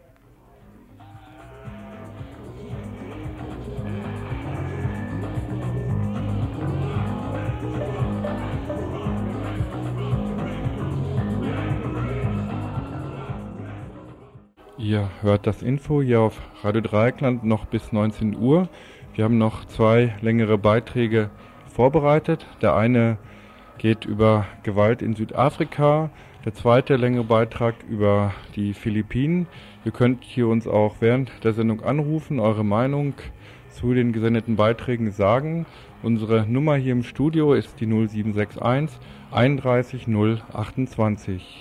Ihr hört das Info hier auf Radio Dreieckland noch bis 19 Uhr. Wir haben noch 2 längere Beiträge vorbereitet. Der eine geht über Gewalt in Südafrika, der zweite längere Beitrag über die Philippinen. Ihr könnt hier uns auch während der Sendung anrufen, eure Meinung zu den gesendeten Beiträgen sagen. Unsere Nummer hier im Studio ist die 0761 31 028.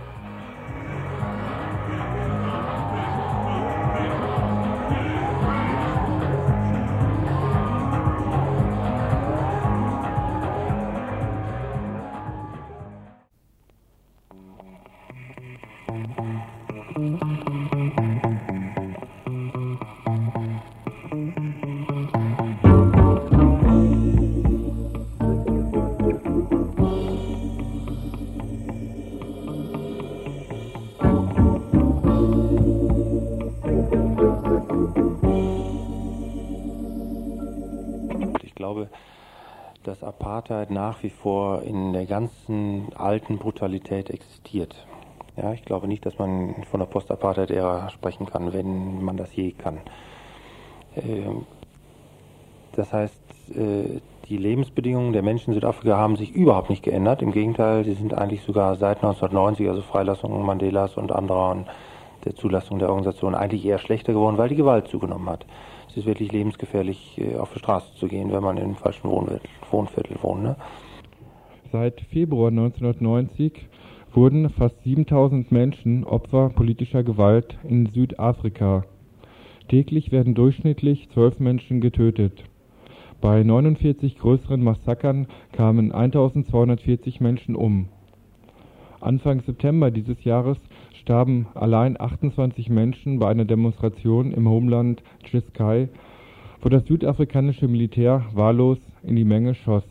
Dass Apartheid nach wie vor in der ganzen alten Brutalität existiert. Ja, ich glaube nicht, dass man von der Post-Apartheid-Ära sprechen kann, wenn man das je kann. Das heißt, die Lebensbedingungen der Menschen in Südafrika haben sich überhaupt nicht geändert. Im Gegenteil, sie sind eigentlich sogar seit 1990, also Freilassung Mandelas und anderer und der Zulassung der Organisation, eigentlich eher schlechter geworden, weil die Gewalt zugenommen hat. Es ist wirklich lebensgefährlich, auf die Straße zu gehen, wenn man in einem falschen Wohnviertel wohnt. Ne? Seit Februar 1990 wurden fast 7000 Menschen Opfer politischer Gewalt in Südafrika. Täglich werden durchschnittlich 12 Menschen getötet. Bei 49 größeren Massakern kamen 1240 Menschen um. Anfang September dieses Jahres starben allein 28 Menschen bei einer Demonstration im Homeland Ciskei, wo das südafrikanische Militär wahllos in die Menge schoss.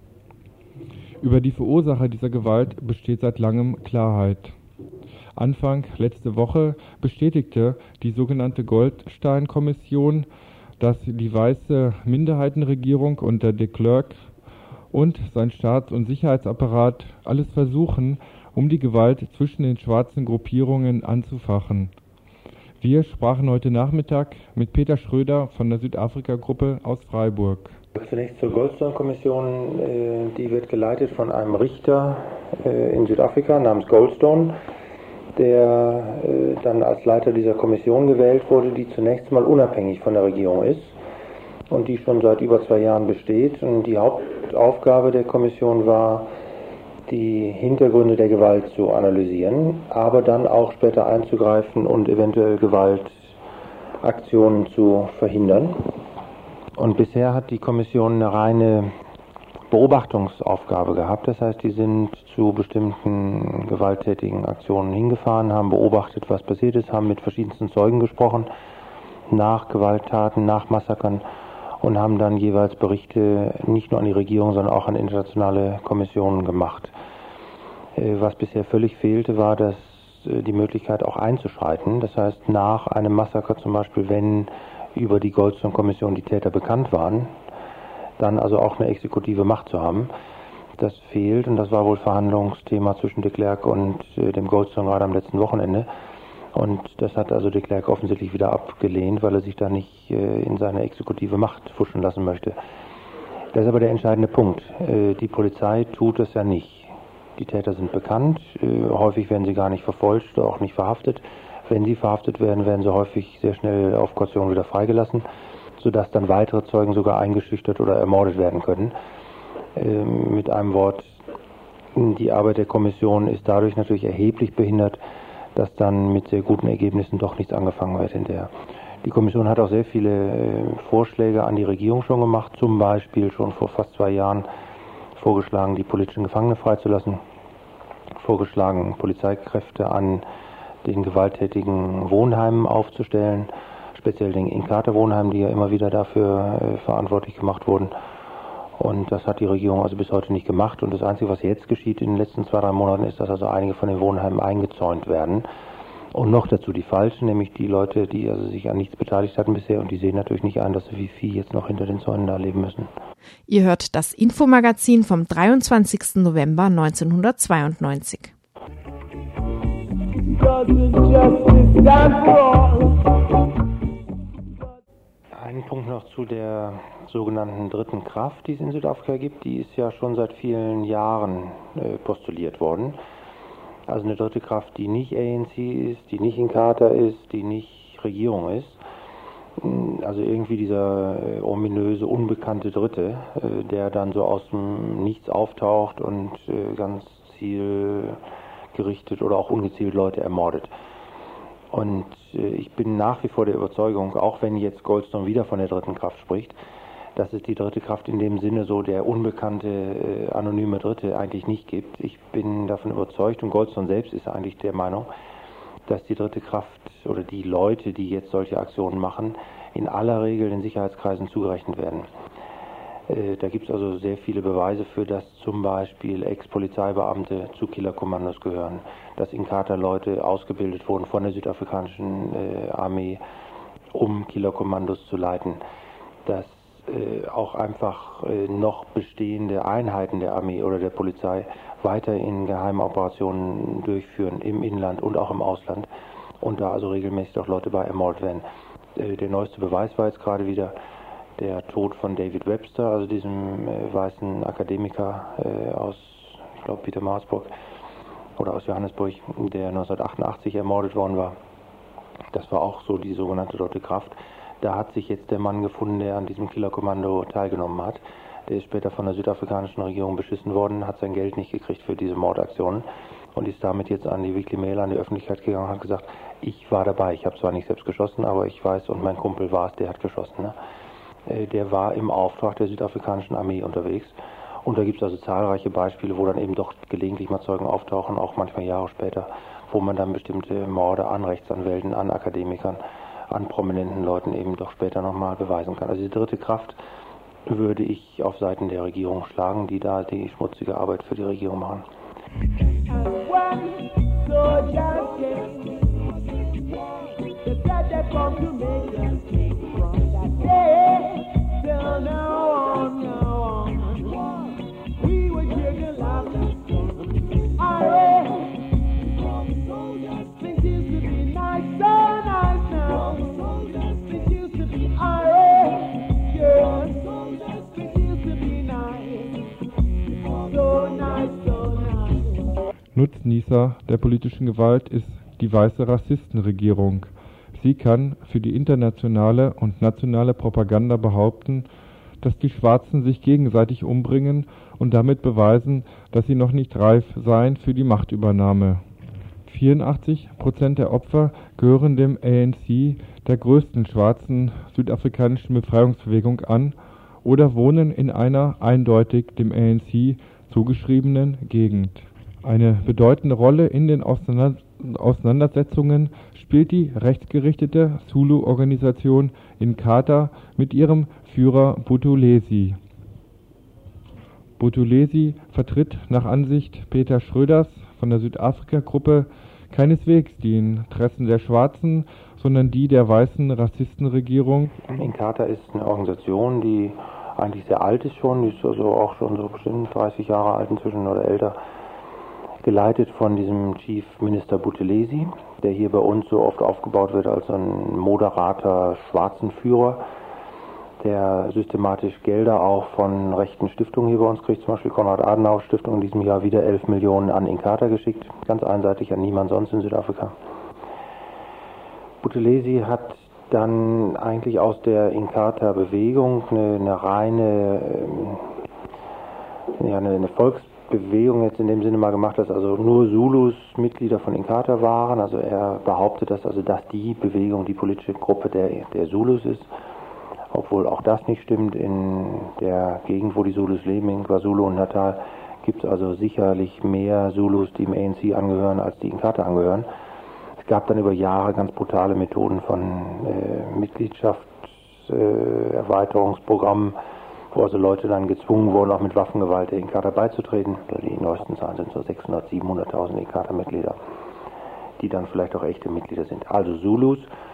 Über die Verursacher dieser Gewalt besteht seit langem Klarheit. Anfang letzte Woche bestätigte die sogenannte Goldstein-Kommission, dass die weiße Minderheitenregierung unter de Klerk und sein Staats- und Sicherheitsapparat alles versuchen, um die Gewalt zwischen den schwarzen Gruppierungen anzufachen. Wir sprachen heute Nachmittag mit Peter Schröder von der Südafrika-Gruppe aus Freiburg. Zunächst zur Goldstone-Kommission, die wird geleitet von einem Richter in Südafrika namens Goldstone, der dann als Leiter dieser Kommission gewählt wurde, die zunächst mal unabhängig von der Regierung ist und die schon seit über 2 Jahren besteht. Und die Hauptaufgabe der Kommission war, die Hintergründe der Gewalt zu analysieren, aber dann auch später einzugreifen und eventuell Gewaltaktionen zu verhindern. Und bisher hat die Kommission eine reine Beobachtungsaufgabe gehabt. Das heißt, die sind zu bestimmten gewalttätigen Aktionen hingefahren, haben beobachtet, was passiert ist, haben mit verschiedensten Zeugen gesprochen, nach Gewalttaten, nach Massakern und haben dann jeweils Berichte nicht nur an die Regierung, sondern auch an internationale Kommissionen gemacht. Was bisher völlig fehlte, war die Möglichkeit auch einzuschreiten. Das heißt, nach einem Massaker zum Beispiel, wenn über die Goldstone-Kommission die Täter bekannt waren, dann also auch eine exekutive Macht zu haben. Das fehlt und das war wohl Verhandlungsthema zwischen de Klerk und dem Goldstone gerade am letzten Wochenende. Und das hat also de Klerk offensichtlich wieder abgelehnt, weil er sich da nicht in seine exekutive Macht fuschen lassen möchte. Das ist aber der entscheidende Punkt. Die Polizei tut es ja nicht. Die Täter sind bekannt, häufig werden sie gar nicht verfolgt oder auch nicht verhaftet. Wenn sie verhaftet werden, werden sie häufig sehr schnell auf Kaution wieder freigelassen, sodass dann weitere Zeugen sogar eingeschüchtert oder ermordet werden können. Mit einem Wort, die Arbeit der Kommission ist dadurch natürlich erheblich behindert, dass dann mit sehr guten Ergebnissen doch nichts angefangen wird hinterher. Die Kommission hat auch sehr viele Vorschläge an die Regierung schon gemacht, zum Beispiel schon vor fast 2 Jahren vorgeschlagen, die politischen Gefangene freizulassen, vorgeschlagen, Polizeikräfte an den gewalttätigen Wohnheimen aufzustellen, speziell den Inkatha-Wohnheimen, die ja immer wieder dafür verantwortlich gemacht wurden. Und das hat die Regierung also bis heute nicht gemacht. Und das Einzige, was jetzt geschieht in den letzten 2-3 Monaten, ist, dass also einige von den Wohnheimen eingezäunt werden. Und noch dazu die Falschen, nämlich die Leute, die also sich an nichts beteiligt hatten bisher. Und die sehen natürlich nicht ein, dass sie wie Vieh jetzt noch hinter den Zäunen da leben müssen. Ihr hört das Infomagazin vom 23. November 1992. Einen Punkt noch zu der sogenannten dritten Kraft, die es in Südafrika gibt. Die ist ja schon seit vielen Jahren postuliert worden. Also eine dritte Kraft, die nicht ANC ist, die nicht Inkatha ist, die nicht Regierung ist. Also irgendwie dieser ominöse, unbekannte Dritte, der dann so aus dem Nichts auftaucht und ganz zielgerichtet oder auch ungezielt Leute ermordet. Und ich bin nach wie vor der Überzeugung, auch wenn jetzt Goldstone wieder von der dritten Kraft spricht, dass es die dritte Kraft in dem Sinne so der unbekannte, anonyme Dritte eigentlich nicht gibt. Ich bin davon überzeugt und Goldstone selbst ist eigentlich der Meinung, dass die dritte Kraft oder die Leute, die jetzt solche Aktionen machen, in aller Regel den Sicherheitskreisen zugerechnet werden. Da gibt es also sehr viele Beweise für, dass zum Beispiel Ex-Polizeibeamte zu Killerkommandos gehören, dass Inkatha-Leute ausgebildet wurden von der südafrikanischen Armee, um Killerkommandos zu leiten, dass auch einfach noch bestehende Einheiten der Armee oder der Polizei weiter in Geheimoperationen durchführen, im Inland und auch im Ausland, und da also regelmäßig auch Leute bei ermordet werden. Der neueste Beweis war jetzt gerade wieder der Tod von David Webster, also diesem weißen Akademiker aus, ich glaube, Pietermaritzburg oder aus Johannesburg, der 1988 ermordet worden war. Das war auch so die sogenannte dritte Kraft. Da hat sich jetzt der Mann gefunden, der an diesem Killerkommando teilgenommen hat. Der ist später von der südafrikanischen Regierung beschissen worden, hat sein Geld nicht gekriegt für diese Mordaktionen und ist damit jetzt an die Weekly Mail, an die Öffentlichkeit gegangen und hat gesagt, ich war dabei, ich habe zwar nicht selbst geschossen, aber ich weiß und mein Kumpel war es, der hat geschossen. Ne? Der war im Auftrag der südafrikanischen Armee unterwegs. Und da gibt es also zahlreiche Beispiele, wo dann eben doch gelegentlich mal Zeugen auftauchen, auch manchmal Jahre später, wo man dann bestimmte Morde an Rechtsanwälten, an Akademikern, an prominenten Leuten eben doch später nochmal beweisen kann. Also die dritte Kraft würde ich auf Seiten der Regierung schlagen, die da die schmutzige Arbeit für die Regierung machen. Nutznießer der politischen Gewalt ist die weiße Rassistenregierung. Sie kann für die internationale und nationale Propaganda behaupten, dass die Schwarzen sich gegenseitig umbringen und damit beweisen, dass sie noch nicht reif seien für die Machtübernahme. 84% der Opfer gehören dem ANC, der größten schwarzen südafrikanischen Befreiungsbewegung, an oder wohnen in einer eindeutig dem ANC zugeschriebenen Gegend. Eine bedeutende Rolle in den Auseinandersetzungen spielt die rechtsgerichtete Zulu-Organisation Inkatha mit ihrem Führer Buthelezi. Buthelezi vertritt nach Ansicht Peter Schröders von der Südafrika-Gruppe keineswegs die Interessen der Schwarzen, sondern die der weißen Rassistenregierung. Inkatha ist eine Organisation, die eigentlich sehr alt ist schon, die ist also auch schon so bestimmt 30 Jahre alt inzwischen oder älter, geleitet von diesem Chief Minister Buthelezi, der hier bei uns so oft aufgebaut wird als ein moderater schwarzen Führer, der systematisch Gelder auch von rechten Stiftungen hier bei uns kriegt, zum Beispiel Konrad-Adenauer-Stiftung in diesem Jahr wieder 11 Millionen an Inkatha geschickt, ganz einseitig an niemand sonst in Südafrika. Buthelezi hat dann eigentlich aus der Inkatha-Bewegung eine reine eine Volksbewegung jetzt in dem Sinne mal gemacht, dass also nur Zulus Mitglieder von Inkatha waren. Also er behauptet, dass die Bewegung die politische Gruppe der Zulus ist, obwohl auch das nicht stimmt. In der Gegend, wo die Zulus leben, in KwaZulu und Natal, gibt es also sicherlich mehr Zulus, die im ANC angehören, als die Inkatha angehören. Es gab dann über Jahre ganz brutale Methoden von Mitgliedschaftserweiterungsprogrammen, wo also Leute dann gezwungen wurden, auch mit Waffengewalt der Inkatha beizutreten. Die neuesten Zahlen sind so 600.000, 700.000 Inkatha-Mitglieder, die dann vielleicht auch echte Mitglieder sind. Also Zulus,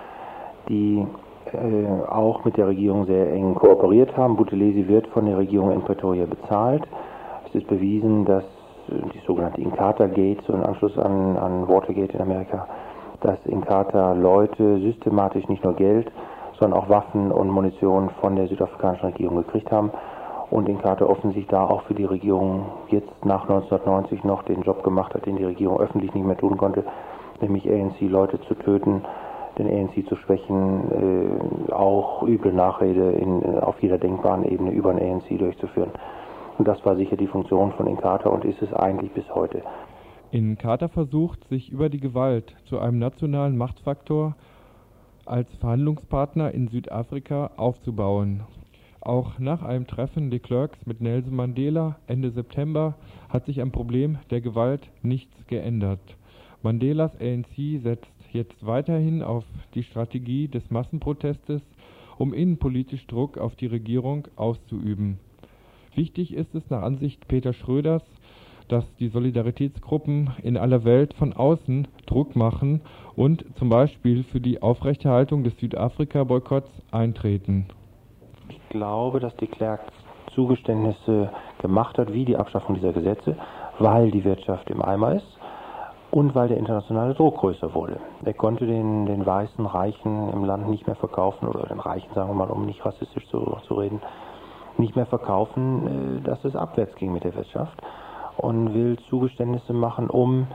die auch mit der Regierung sehr eng kooperiert haben. Buthelezi wird von der Regierung in Pretoria bezahlt. Es ist bewiesen, dass die sogenannte Inkatha Gate, so im Anschluss an Watergate in Amerika, dass Inkatha Leute systematisch nicht nur Geld, sondern auch Waffen und Munition von der südafrikanischen Regierung gekriegt haben und Inkatha offensichtlich da auch für die Regierung jetzt nach 1990 noch den Job gemacht hat, den die Regierung öffentlich nicht mehr tun konnte, nämlich ANC-Leute zu töten, den ANC zu schwächen, auch üble Nachrede auf jeder denkbaren Ebene über den ANC durchzuführen. Und das war sicher die Funktion von Inkatha und ist es eigentlich bis heute. Inkatha versucht, sich über die Gewalt zu einem nationalen Machtfaktor als Verhandlungspartner in Südafrika aufzubauen. Auch nach einem Treffen de Klerks mit Nelson Mandela Ende September hat sich am Problem der Gewalt nichts geändert. Mandelas ANC setzt jetzt weiterhin auf die Strategie des Massenprotestes, um innenpolitisch Druck auf die Regierung auszuüben. Wichtig ist es nach Ansicht Peter Schröders, dass die Solidaritätsgruppen in aller Welt von außen Druck machen und zum Beispiel für die Aufrechterhaltung des Südafrika-Boykotts eintreten. Ich glaube, dass de Klerk Zugeständnisse gemacht hat, wie die Abschaffung dieser Gesetze, weil die Wirtschaft im Eimer ist und weil der internationale Druck größer wurde. Er konnte den weißen Reichen im Land nicht mehr verkaufen, oder den Reichen, sagen wir mal, um nicht rassistisch zu reden, nicht mehr verkaufen, dass es abwärts ging mit der Wirtschaft. Und will Zugeständnisse machen, um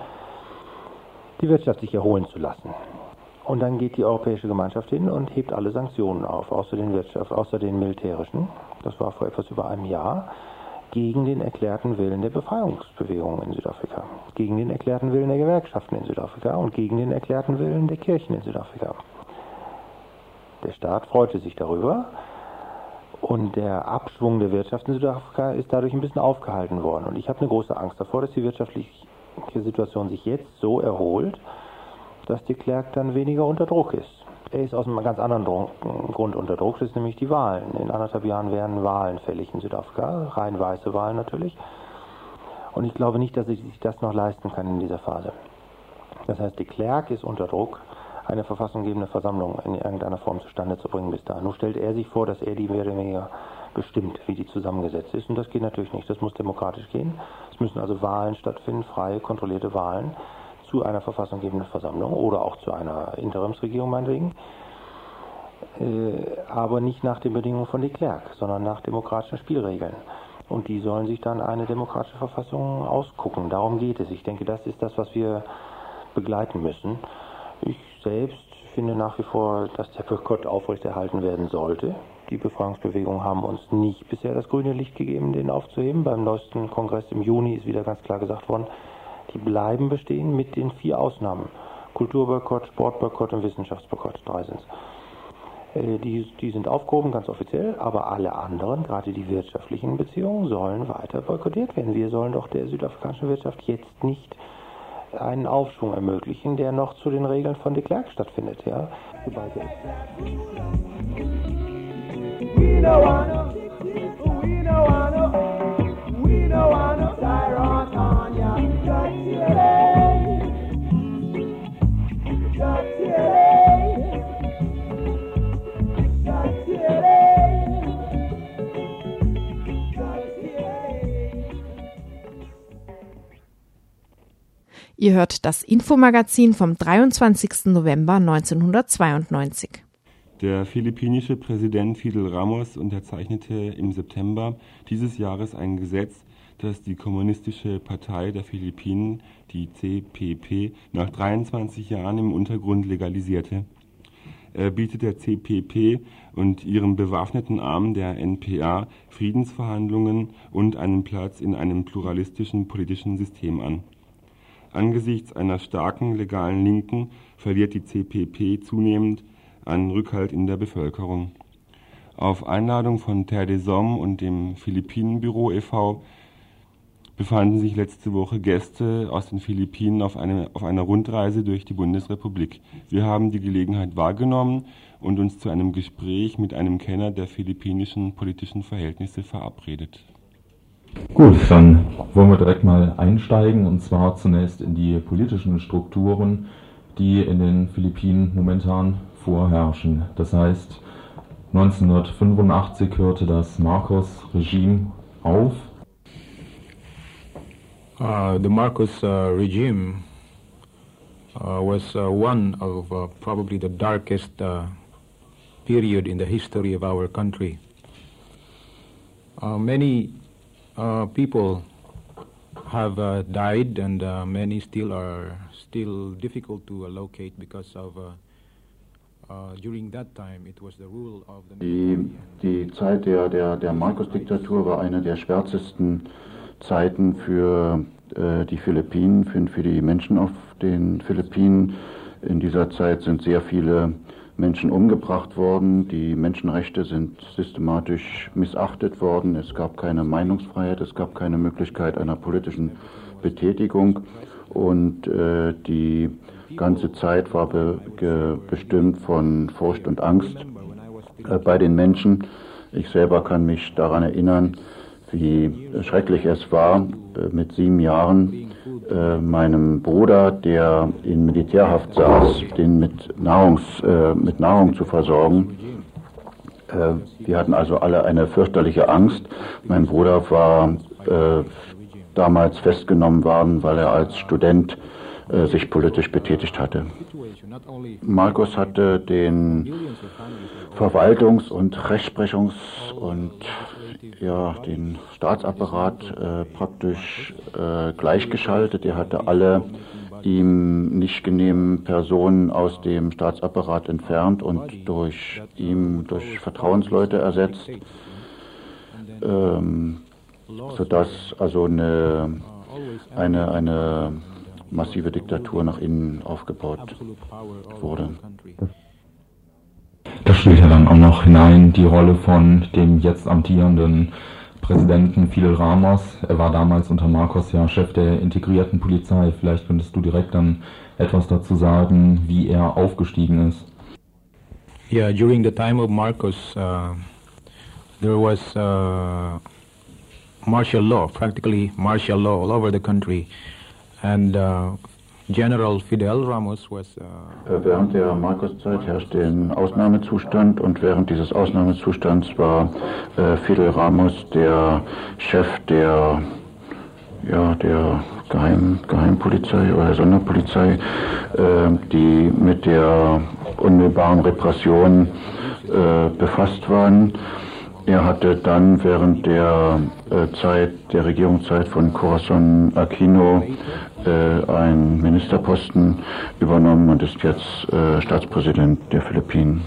die Wirtschaft sich erholen zu lassen. Und dann geht die Europäische Gemeinschaft hin und hebt alle Sanktionen auf, außer den militärischen, das war vor etwas über einem Jahr, gegen den erklärten Willen der Befreiungsbewegung in Südafrika, gegen den erklärten Willen der Gewerkschaften in Südafrika und gegen den erklärten Willen der Kirchen in Südafrika. Der Staat freute sich darüber. Und der Abschwung der Wirtschaft in Südafrika ist dadurch ein bisschen aufgehalten worden. Und ich habe eine große Angst davor, dass die wirtschaftliche Situation sich jetzt so erholt, dass de Klerk dann weniger unter Druck ist. Er ist aus einem ganz anderen Grund unter Druck, das ist nämlich die Wahlen. In 1,5 Jahren werden Wahlen fällig in Südafrika, rein weiße Wahlen natürlich. Und ich glaube nicht, dass er sich das noch leisten kann in dieser Phase. Das heißt, de Klerk ist unter Druck, eine verfassungsgebende Versammlung in irgendeiner Form zustande zu bringen bis dahin. Nun stellt er sich vor, dass er die mehr oder weniger bestimmt, wie die zusammengesetzt ist. Und das geht natürlich nicht. Das muss demokratisch gehen. Es müssen also Wahlen stattfinden, freie, kontrollierte Wahlen zu einer verfassungsgebenden Versammlung oder auch zu einer Interimsregierung meinetwegen. Aber nicht nach den Bedingungen von de Klerk, sondern nach demokratischen Spielregeln. Und die sollen sich dann eine demokratische Verfassung ausgucken. Darum geht es. Ich denke, das ist das, was wir begleiten müssen. Ich selbst finde nach wie vor, dass der Boykott aufrechterhalten werden sollte. Die Befreiungsbewegungen haben uns nicht bisher das grüne Licht gegeben, den aufzuheben. Beim neuesten Kongress im Juni ist wieder ganz klar gesagt worden, die bleiben bestehen mit den 4 Ausnahmen. Kulturboykott, Sportboykott und Wissenschaftsboykott, 3 sind es. Die sind aufgehoben, ganz offiziell, aber alle anderen, gerade die wirtschaftlichen Beziehungen, sollen weiter boykottiert werden. Wir sollen doch der südafrikanischen Wirtschaft jetzt nicht einen Aufschwung ermöglichen, der noch zu den Regeln von de Klerk stattfindet. Ja? Ihr hört das Infomagazin vom 23. November 1992. Der philippinische Präsident Fidel Ramos unterzeichnete im September dieses Jahres ein Gesetz, das die Kommunistische Partei der Philippinen, die CPP, nach 23 Jahren im Untergrund legalisierte. Er bietet der CPP und ihrem bewaffneten Arm der NPA Friedensverhandlungen und einen Platz in einem pluralistischen politischen System an. Angesichts einer starken legalen Linken verliert die CPP zunehmend an Rückhalt in der Bevölkerung. Auf Einladung von Terre des Hommes und dem Philippinenbüro e.V. befanden sich letzte Woche Gäste aus den Philippinen auf einer Rundreise durch die Bundesrepublik. Wir haben die Gelegenheit wahrgenommen und uns zu einem Gespräch mit einem Kenner der philippinischen politischen Verhältnisse verabredet. Gut, dann wollen wir direkt mal einsteigen, und zwar zunächst in die politischen Strukturen, die in den Philippinen momentan vorherrschen. Das heißt, 1985 hörte das Marcos-Regime auf. The Marcos regime was one of probably the darkest period in the history of our country. Many people have died, and many still are difficult to locate because of during that time it was the rule of the Die Zeit der Marcos-Diktatur war eine der schwärzesten Zeiten für die Philippinen, für die Menschen auf den Philippinen. In dieser Zeit sind sehr viele Menschen umgebracht worden, die Menschenrechte sind systematisch missachtet worden, es gab keine Meinungsfreiheit, es gab keine Möglichkeit einer politischen Betätigung, und die ganze Zeit war bestimmt von Furcht und Angst bei den Menschen. Ich selber kann mich daran erinnern, wie schrecklich es war, mit 7 Jahren meinem Bruder, der in Militärhaft saß, den mit Nahrung zu versorgen. Wir hatten also alle eine fürchterliche Angst. Mein Bruder war damals festgenommen worden, weil er als Student sich politisch betätigt hatte. Marcos hatte den Verwaltungs- und Rechtsprechungs- und den Staatsapparat praktisch gleichgeschaltet. Er hatte alle ihm nicht genehmen Personen aus dem Staatsapparat entfernt und durch Vertrauensleute ersetzt, sodass also eine massive Diktatur nach innen aufgebaut wurde. Das spielt ja dann auch noch hinein die Rolle von dem jetzt amtierenden Präsidenten Fidel Ramos. Er war damals unter Marcos ja Chef der integrierten Polizei. Vielleicht könntest du direkt dann etwas dazu sagen, wie er aufgestiegen ist. Yeah, during the time of Marcos, there was martial law, practically martial law all over the country, and General Fidel Ramos was... Während der Marcos-Zeit herrschte ein Ausnahmezustand, und während dieses Ausnahmezustands war Fidel Ramos der Chef der Geheimpolizei oder der Sonderpolizei, die mit der unmittelbaren Repression befasst waren. Er hatte dann während der Regierungszeit von Corazon Aquino einen Ministerposten übernommen und ist jetzt Staatspräsident der Philippinen.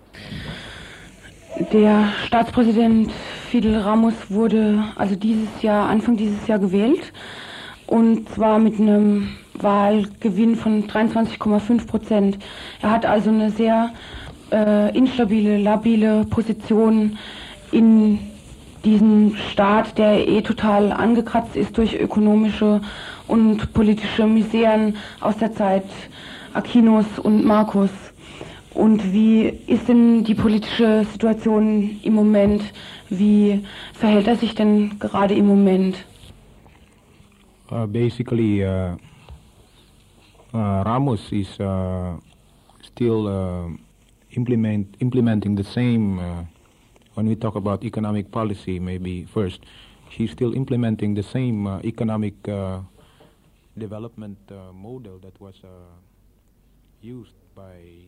Der Staatspräsident Fidel Ramos wurde also Anfang dieses Jahr gewählt, und zwar mit einem Wahlgewinn von 23,5%. Er hat also eine sehr instabile, labile Position in diesem Staat, der total angekratzt ist durch ökonomische und politische Miseren aus der Zeit Aquinos und Marcos. Und wie ist denn die politische Situation im Moment? Wie verhält er sich denn gerade im Moment? Basically, Ramos is still implementing the same. When we talk about economic policy, maybe first, she's still implementing the same economic development model that was used by.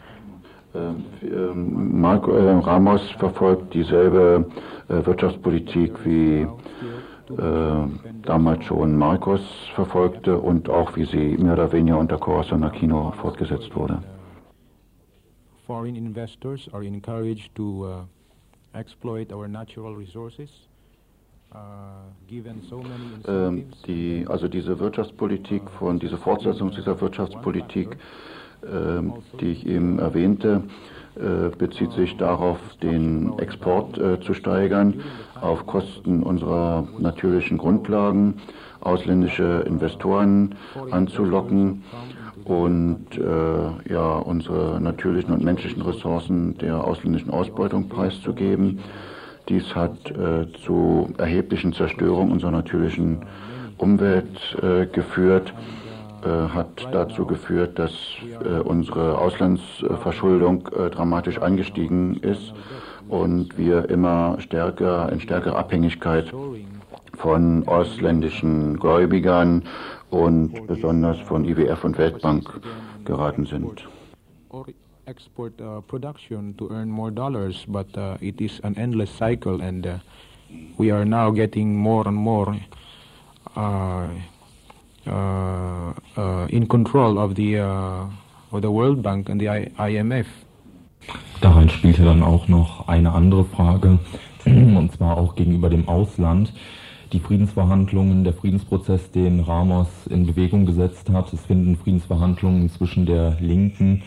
Ramos verfolgt dieselbe Wirtschaftspolitik wie damals schon Marcos verfolgte und auch wie sie mehr oder weniger unter Corazon Aquino fortgesetzt wurde. Foreign investors are encouraged to exploit our natural resources. Given so many incentives. Diese Wirtschaftspolitik diese Fortsetzung dieser Wirtschaftspolitik, die ich eben erwähnte, bezieht sich darauf, den Export zu steigern, auf Kosten unserer natürlichen Grundlagen, ausländische Investoren anzulocken und unsere natürlichen und menschlichen Ressourcen der ausländischen Ausbeutung preiszugeben. Dies hat zu erheblichen Zerstörungen unserer natürlichen Umwelt geführt, hat dazu geführt, dass unsere Auslandsverschuldung dramatisch angestiegen ist und wir immer in stärkere Abhängigkeit von ausländischen Gläubigern und besonders von IWF und Weltbank geraten sind. Export production to earn more dollars, but it is an endless cycle, and we are now getting more and more in control of the World Bank and the IMF. Darein spielte dann auch noch eine andere Frage, und zwar auch gegenüber dem Ausland. Die Friedensverhandlungen, der Friedensprozess, den Ramos in Bewegung gesetzt hat. Es finden Friedensverhandlungen zwischen der Linken,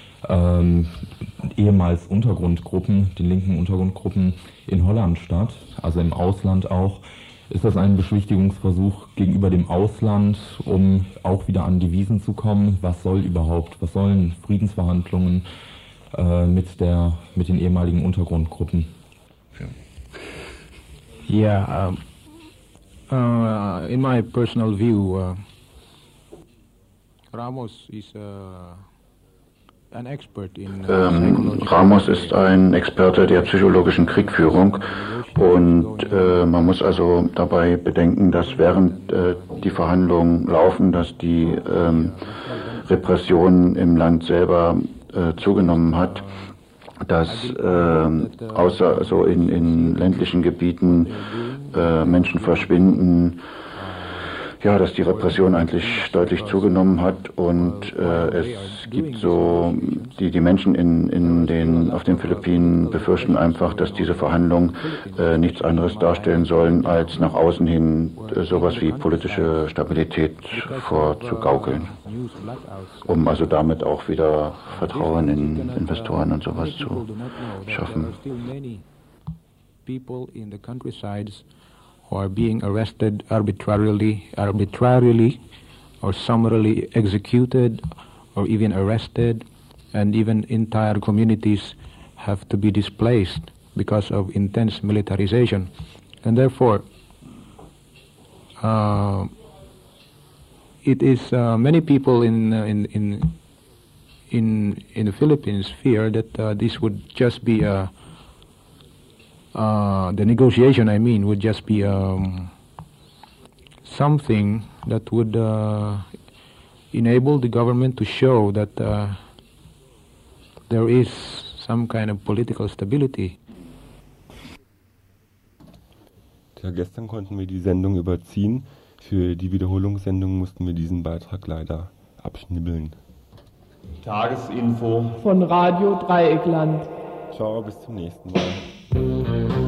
ehemals Untergrundgruppen, den linken Untergrundgruppen in Holland statt, also im Ausland auch. Ist das ein Beschwichtigungsversuch gegenüber dem Ausland, um auch wieder an Devisen zu kommen? Was sollen Friedensverhandlungen mit den ehemaligen Untergrundgruppen? Yeah, in my personal view, Ramos is Ramos ist ein Experte der psychologischen Kriegführung und man muss also dabei bedenken, dass während die Verhandlungen laufen, dass die Repression im Land selber zugenommen hat, dass in ländlichen Gebieten Menschen verschwinden, dass die Repression eigentlich deutlich zugenommen hat und es gibt die Menschen auf den Philippinen befürchten einfach, dass diese Verhandlungen nichts anderes darstellen sollen, als nach außen hin sowas wie politische Stabilität vorzugaukeln, um also damit auch wieder Vertrauen in Investoren und sowas zu schaffen. People in the countrysides who are being arrested arbitrarily or summarily executed or even arrested, and even entire communities have to be displaced because of intense militarization. And therefore, it is many people in the Philippines fear that this would just be the negotiation, would just be something that would enable the government to show that there is some kind of political stability. Ja, gestern konnten wir die Sendung überziehen. Für die Wiederholungssendung mussten wir diesen Beitrag leider abschnibbeln. Tagesinfo von Radio Dreieckland. Ciao, bis zum nächsten Mal.